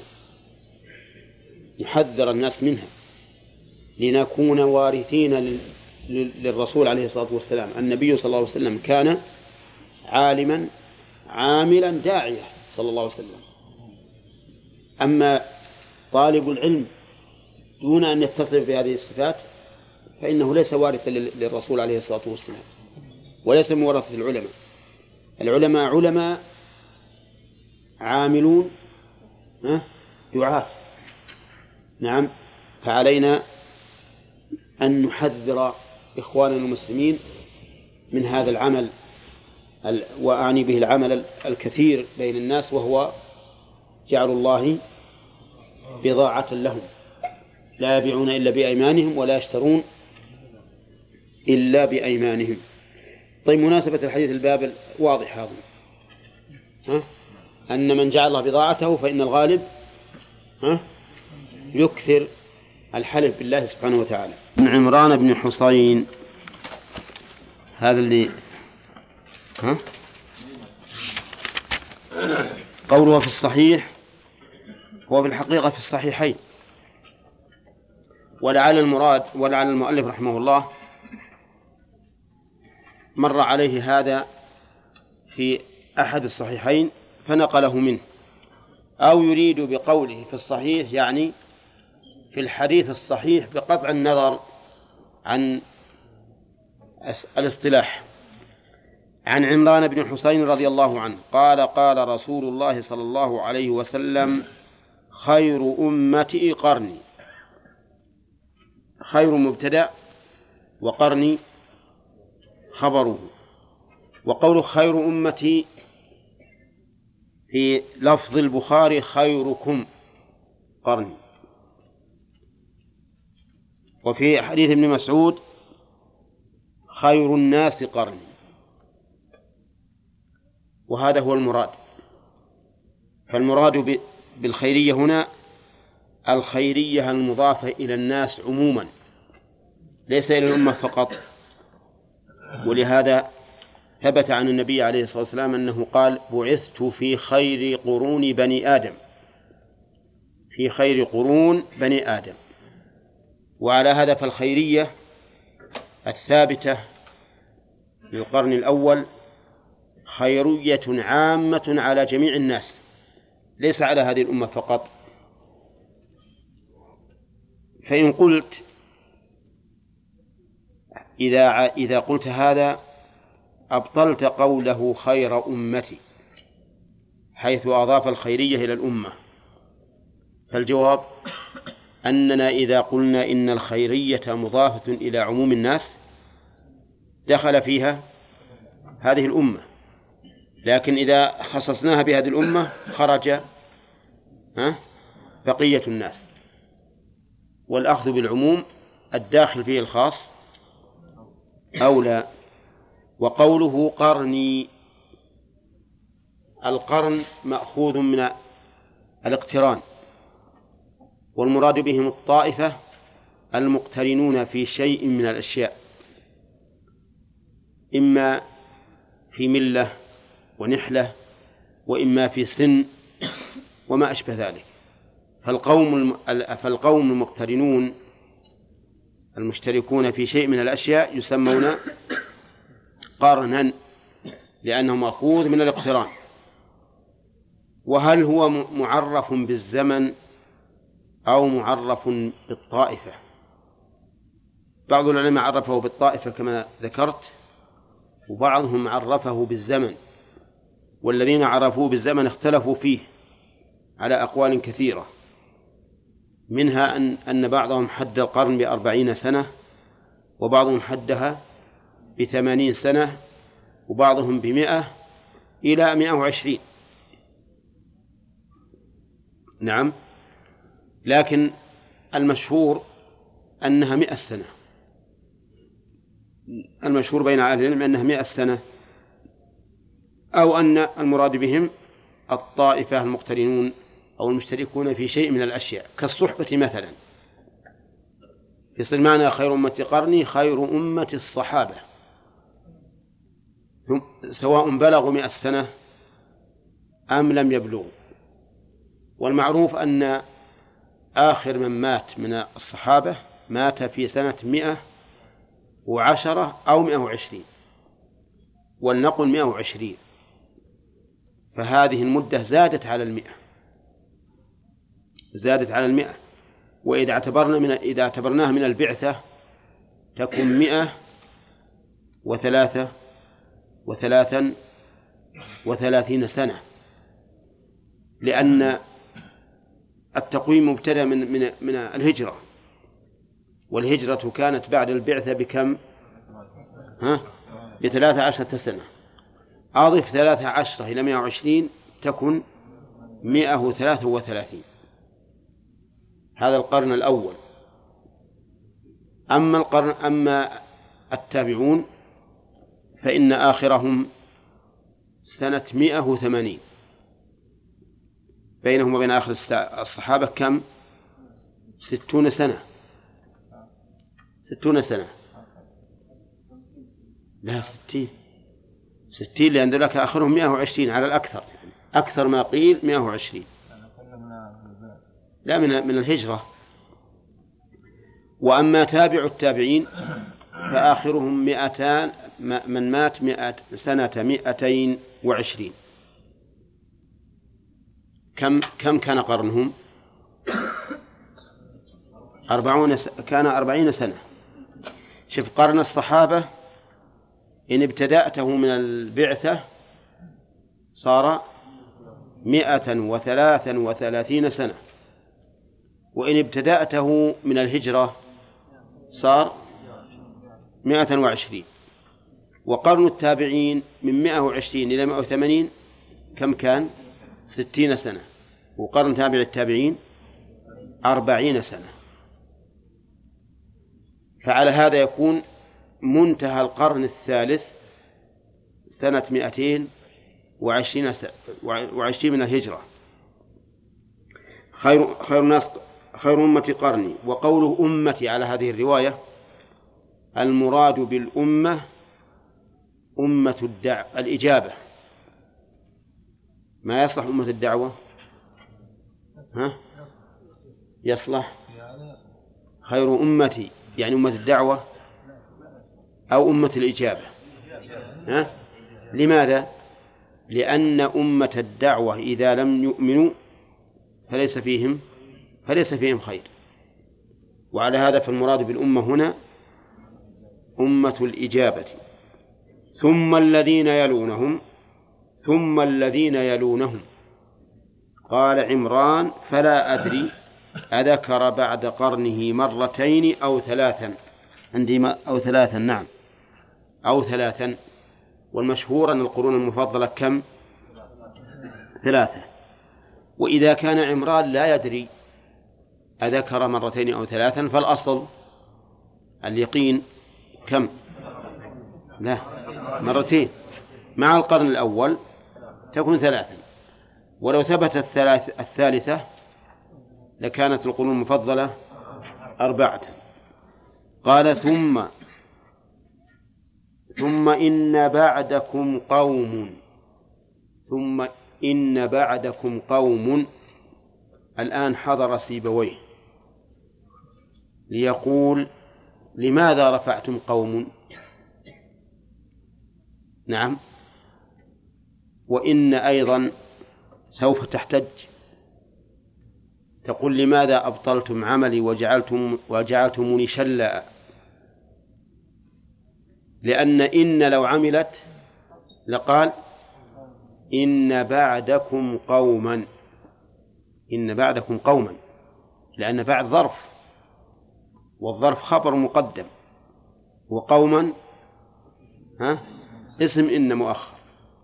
نحذر الناس منها، لنكون وارثين للرسول عليه الصلاة والسلام. النبي صلى الله عليه وسلم كان عالما عاملا داعية صلى الله عليه وسلم. أما طالب العلم دون أن يتصف بهذه الصفات فإنه ليس وارثا للرسول عليه الصلاة والسلام، وليس مورث العلماء. العلماء علماء عاملون دعاة. نعم. فعلينا أن نحذر إخواننا المسلمين من هذا العمل، وأعني به العمل الكثير بين الناس، وهو جعل الله بضاعة لهم، لا يبيعون إلا بأيمانهم ولا يشترون إلا بأيمانهم. طيب، مناسبة الحديث الباب واضح هذا، أن من جعل الله بضاعته فإن الغالب يكثر الحلف بالله سبحانه وتعالى. من عمران بن حصين، هذا اللي قوله في الصحيح هو في الحقيقة في الصحيحين، ولعل المؤلف رحمه الله مر عليه هذا في أحد الصحيحين فنقله منه، أو يريد بقوله في الصحيح يعني في الحديث الصحيح بقطع النظر عن الاصطلاح. عن عمران بن حسين رضي الله عنه قال قال رسول الله صلى الله عليه وسلم خير أمتي قرني. خير مبتدأ وقرني خبره. وقول خير أمتي في لفظ البخاري خيركم قرني. وفي حديث ابن مسعود خير الناس قرني. وهذا هو المراد. فالمراد بالخيرية هنا الخيرية المضافة إلى الناس عموما ليس إلى الأمة فقط. ولهذا ثبت عن النبي عليه الصلاة والسلام أنه قال بعثت في خير قرون بني آدم. في خير قرون بني آدم. وعلى هذا فالخيرية الثابتة للقرن الأول خيرية عامة على جميع الناس ليس على هذه الأمة فقط. فإن قلت إذا قلت هذا أبطلت قوله خير أمتي حيث أضاف الخيرية إلى الأمة. فالجواب أننا إذا قلنا إن الخيرية مضافة إلى عموم الناس دخل فيها هذه الأمة، لكن إذا خصصناها بهذه الأمة خرج بقية الناس. والأخذ بالعموم الداخل فيه الخاص أولى. وقوله قرني القرن مأخوذ من الاقتران، والمراد بهم الطائفة المقترنون في شيء من الأشياء إما في ملة ونحلة وإما في سن وما أشبه ذلك. فالقوم المقترنون المشتركون في شيء من الأشياء يسمون قرنا لأنه مأخوذ من الاقتران. وهل هو معرف بالزمن أو معرف بالطائفة؟ بعض العلماء عرفه بالطائفة كما ذكرت، وبعضهم عرفه بالزمن، والذين عرفوه بالزمن اختلفوا فيه على أقوال كثيرة، منها أن بعضهم حد القرن ب40 سنة، وبعضهم حدها ب80 سنة، وبعضهم ب100 إلى 120. نعم، لكن المشهور أنها 100 سنة. المشهور بين أهل العلم أنها 100 سنة، أو أن المراد بهم الطائفة المقترنون أو المشتركون في شيء من الأشياء كالصحبة مثلا. يصير معنى خير أمة قرني خير أمة الصحابة سواء بلغوا 100 سنة أم لم يبلغوا. والمعروف أن آخر من مات من الصحابة مات في سنة 110 أو 120، ولنقل 120، فهذه المدة زادت على 100. وإذا اعتبرناها من البعثة تكون 133 سنة، لأن التقويم مبتدأ من الهجرة، والهجرة كانت بعد البعثة بكم؟ ب13 سنة. أضف 13 إلى 120 تكن 133. هذا القرن الأول. أما التابعون فإن آخرهم سنة 180. بينهم وبين آخر الصحابة كم؟ 60 سنة. 60 سنة. لا 60 لأن ذلك آخرهم 120 على الأكثر، يعني أكثر ما قيل 120. لا من الهجرة. وأما تابع التابعين فآخرهم 200 من مات 100 سنة 220. كم كان قرنهم؟ 40 سنة. شوف قرن الصحابة إن ابتدأته من البعثة صار 133 سنة، وإن ابتدأته من الهجرة صار 120. وقرن التابعين من 120 إلى 180 كم كان؟ 60 سنة. وقرن تابع التابعين 40 سنة. فعلى هذا يكون منتهى القرن الثالث سنة 220 من الهجرة. خير الناس خير أمة قرني. وقوله أمتي على هذه الرواية المراد بالأمة أمة الإجابة، ما يصلح أمة الدعوة؟ يصلح خير أمتي يعني أمة الدعوة أو أمة الإجابة؟ لماذا؟ لأن أمة الدعوة إذا لم يؤمنوا فليس فيهم خير. وعلى هذا فالمراد بالأمة هنا أمة الإجابة. ثم الذين يلونهم ثم الذين يلونهم. قال عمران فلا أدري أذكر بعد قرنه مرتين أو ثلاثا. عندي أو ثلاثا، نعم أو ثلاثا، والمشهور أن القرون المفضلة كم؟ 3. وإذا كان عمران لا يدري أذكر مرتين أو ثلاثا فالأصل اليقين كم؟ لا، مرتين. مع القرن الأول تكون 3، ولو ثبتت الثالثة لكانت القرون المفضلة 4. قال ثم إن بعدكم قوم. الآن حضر سيبويه ليقول لماذا رفعتم قوم؟ نعم، وإن أيضا سوف تحتج تقول لماذا أبطلتم عملي وجعلتموني شلاء؟ لأن إن لو عملت لقال إن بعدكم قوما، لأن بعد ظرف، والظرف خبر مقدم، وقوما اسم إن مؤخر.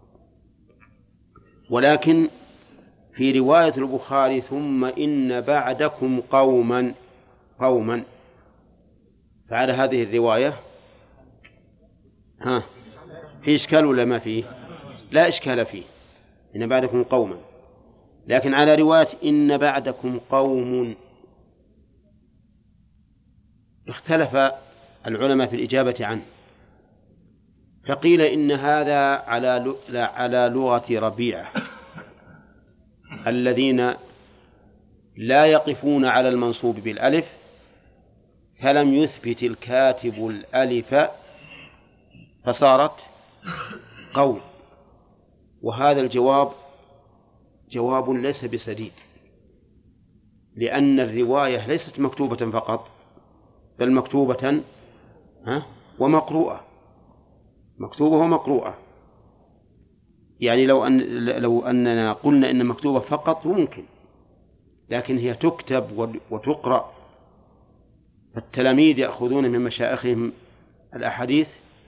ولكن في رواية البخاري ثم إن بعدكم قوما، فعلى هذه الرواية في إشكال ولا ما فيه؟ لا إشكال فيه، إن بعدكم قوما. لكن على رواية إن بعدكم قوم اختلف العلماء في الإجابة عنه، فقيل إن هذا على لغة ربيعة الذين لا يقفون على المنصوب بالألف، فلم يثبت الكاتب الألف فصارت قول. وهذا الجواب جواب ليس بسديد، لأن الرواية ليست مكتوبة فقط، بل مكتوبة ومقروءة، مكتوبة ومقروءة. يعني لو أننا قلنا إن مكتوبة فقط ممكن، لكن هي تكتب وتقرأ. فالتلاميذ يأخذون من مشايخهم الأحاديث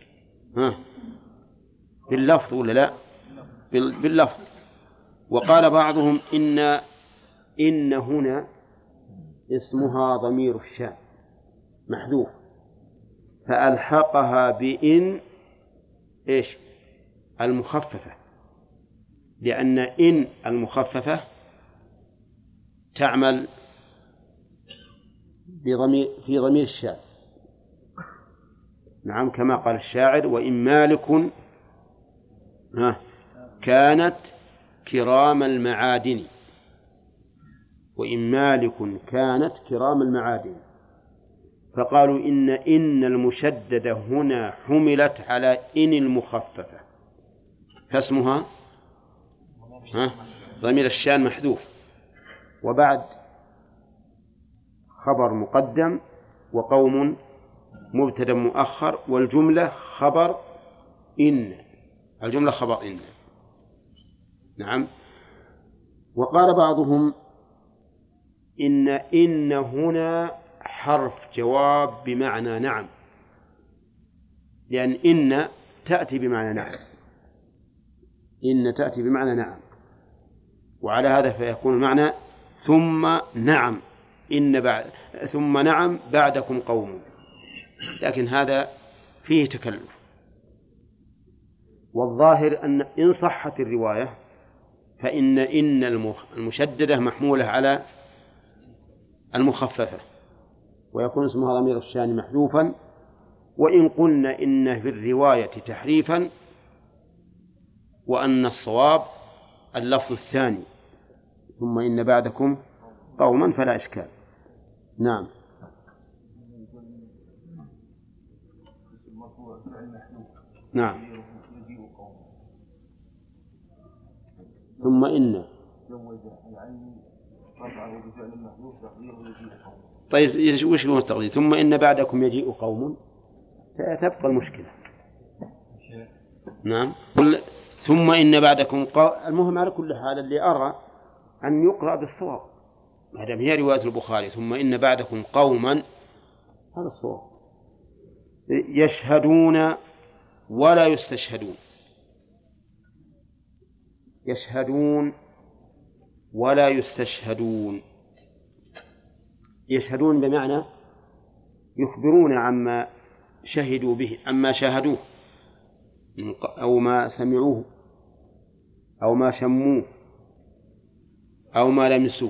باللفظ ولا لا؟ باللفظ. وقال بعضهم إن هنا اسمها ضمير الشأن محذوف، فألحقها بإن المخففة، لأن إن المخففة تعمل في ضمير الشأن. نعم، كما قال الشاعر وإن مالك كانت كرام المعادن، وإن مالك كانت كرام المعادن. فقالوا إن المشددة هنا حملت على إن المخففة، فاسمها ضمير الشان محذوف، وبعد خبر مقدم، وقوم مبتدأ مؤخر، والجملة خبر إن، الجملة خبر إن. نعم. وقال بعضهم إن هنا حرف جواب بمعنى نعم، لأن إن تأتي بمعنى نعم، إن تأتي بمعنى نعم، وعلى هذا فيكون المعنى ثم نعم ثم نعم بعدكم قوم، لكن هذا فيه تكلف. والظاهر أن إن صحت الرواية فإن المشددة محمولة على المخففة، ويكون اسمها ضمير الشان محذوفا. وإن قلنا إن في الرواية تحريفا وأن الصواب اللفظ الثاني ثم إن بعدكم قوما فلا إشكال. نعم. نعم. ثم إن. طيب وش هو التقدير؟ ثم إن بعدكم يجيء قوم، تبقى المشكلة. نعم. ثم إن بعدكم المهم على كل حال اللي أرى أن يقرأ بالصواب ما دام هي رواية البخاري ثم إن بعدكم قوما، هذا الصواب. يشهدون ولا يستشهدون، يشهدون ولا يستشهدون. يشهدون بمعنى يخبرون عما شهدوا به، عما شاهدوه أو ما سمعوه أو ما شموه أو ما لمسوه،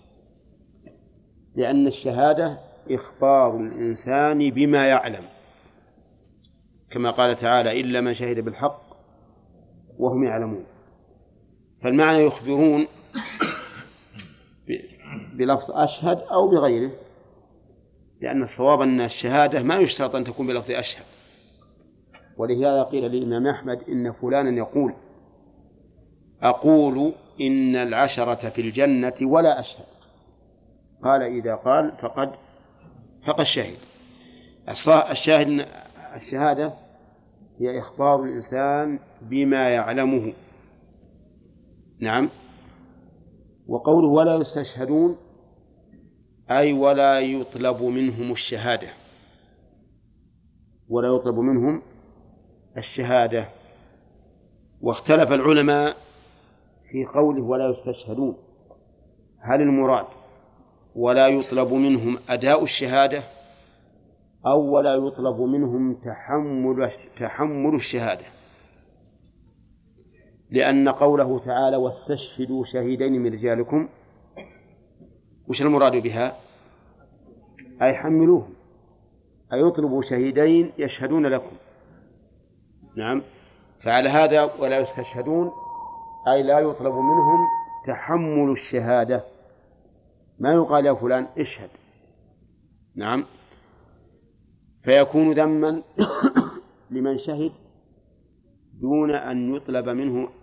لأن الشهادة إخبار الإنسان بما يعلم، كما قال تعالى إلا من شهد بالحق وهم يعلمون. فالمعنى يخبرون بلفظ أشهد أو بغيره، لأن الصواب أن الشهادة ما يشترط أن تكون بلفظ أشهد. ولهذا قيل للإمام أحمد إن فلانا يقول أقول إن العشرة في الجنة ولا أشهد، قال إذا قال فقد شهد. الشهادة هي إخبار الإنسان بما يعلمه. نعم. وقوله ولا يستشهدون أي ولا يطلب منهم الشهادة، ولا يطلب منهم الشهادة. واختلف العلماء في قوله ولا يستشهدون، هل المراد ولا يطلب منهم أداء الشهادة أو ولا يطلب منهم تحمل الشهادة؟ لأن قوله تعالى واستشهدوا شهيدين من رجالكم، وش المراد بها؟ أي حملوهم، أي يطلبوا شهيدين يشهدون لكم. نعم. فعلى هذا ولا يستشهدون أي لا يطلب منهم تحمل الشهادة، ما يقال يا فلان اشهد. نعم. فيكون ذما لمن شهد دون أن يطلب منه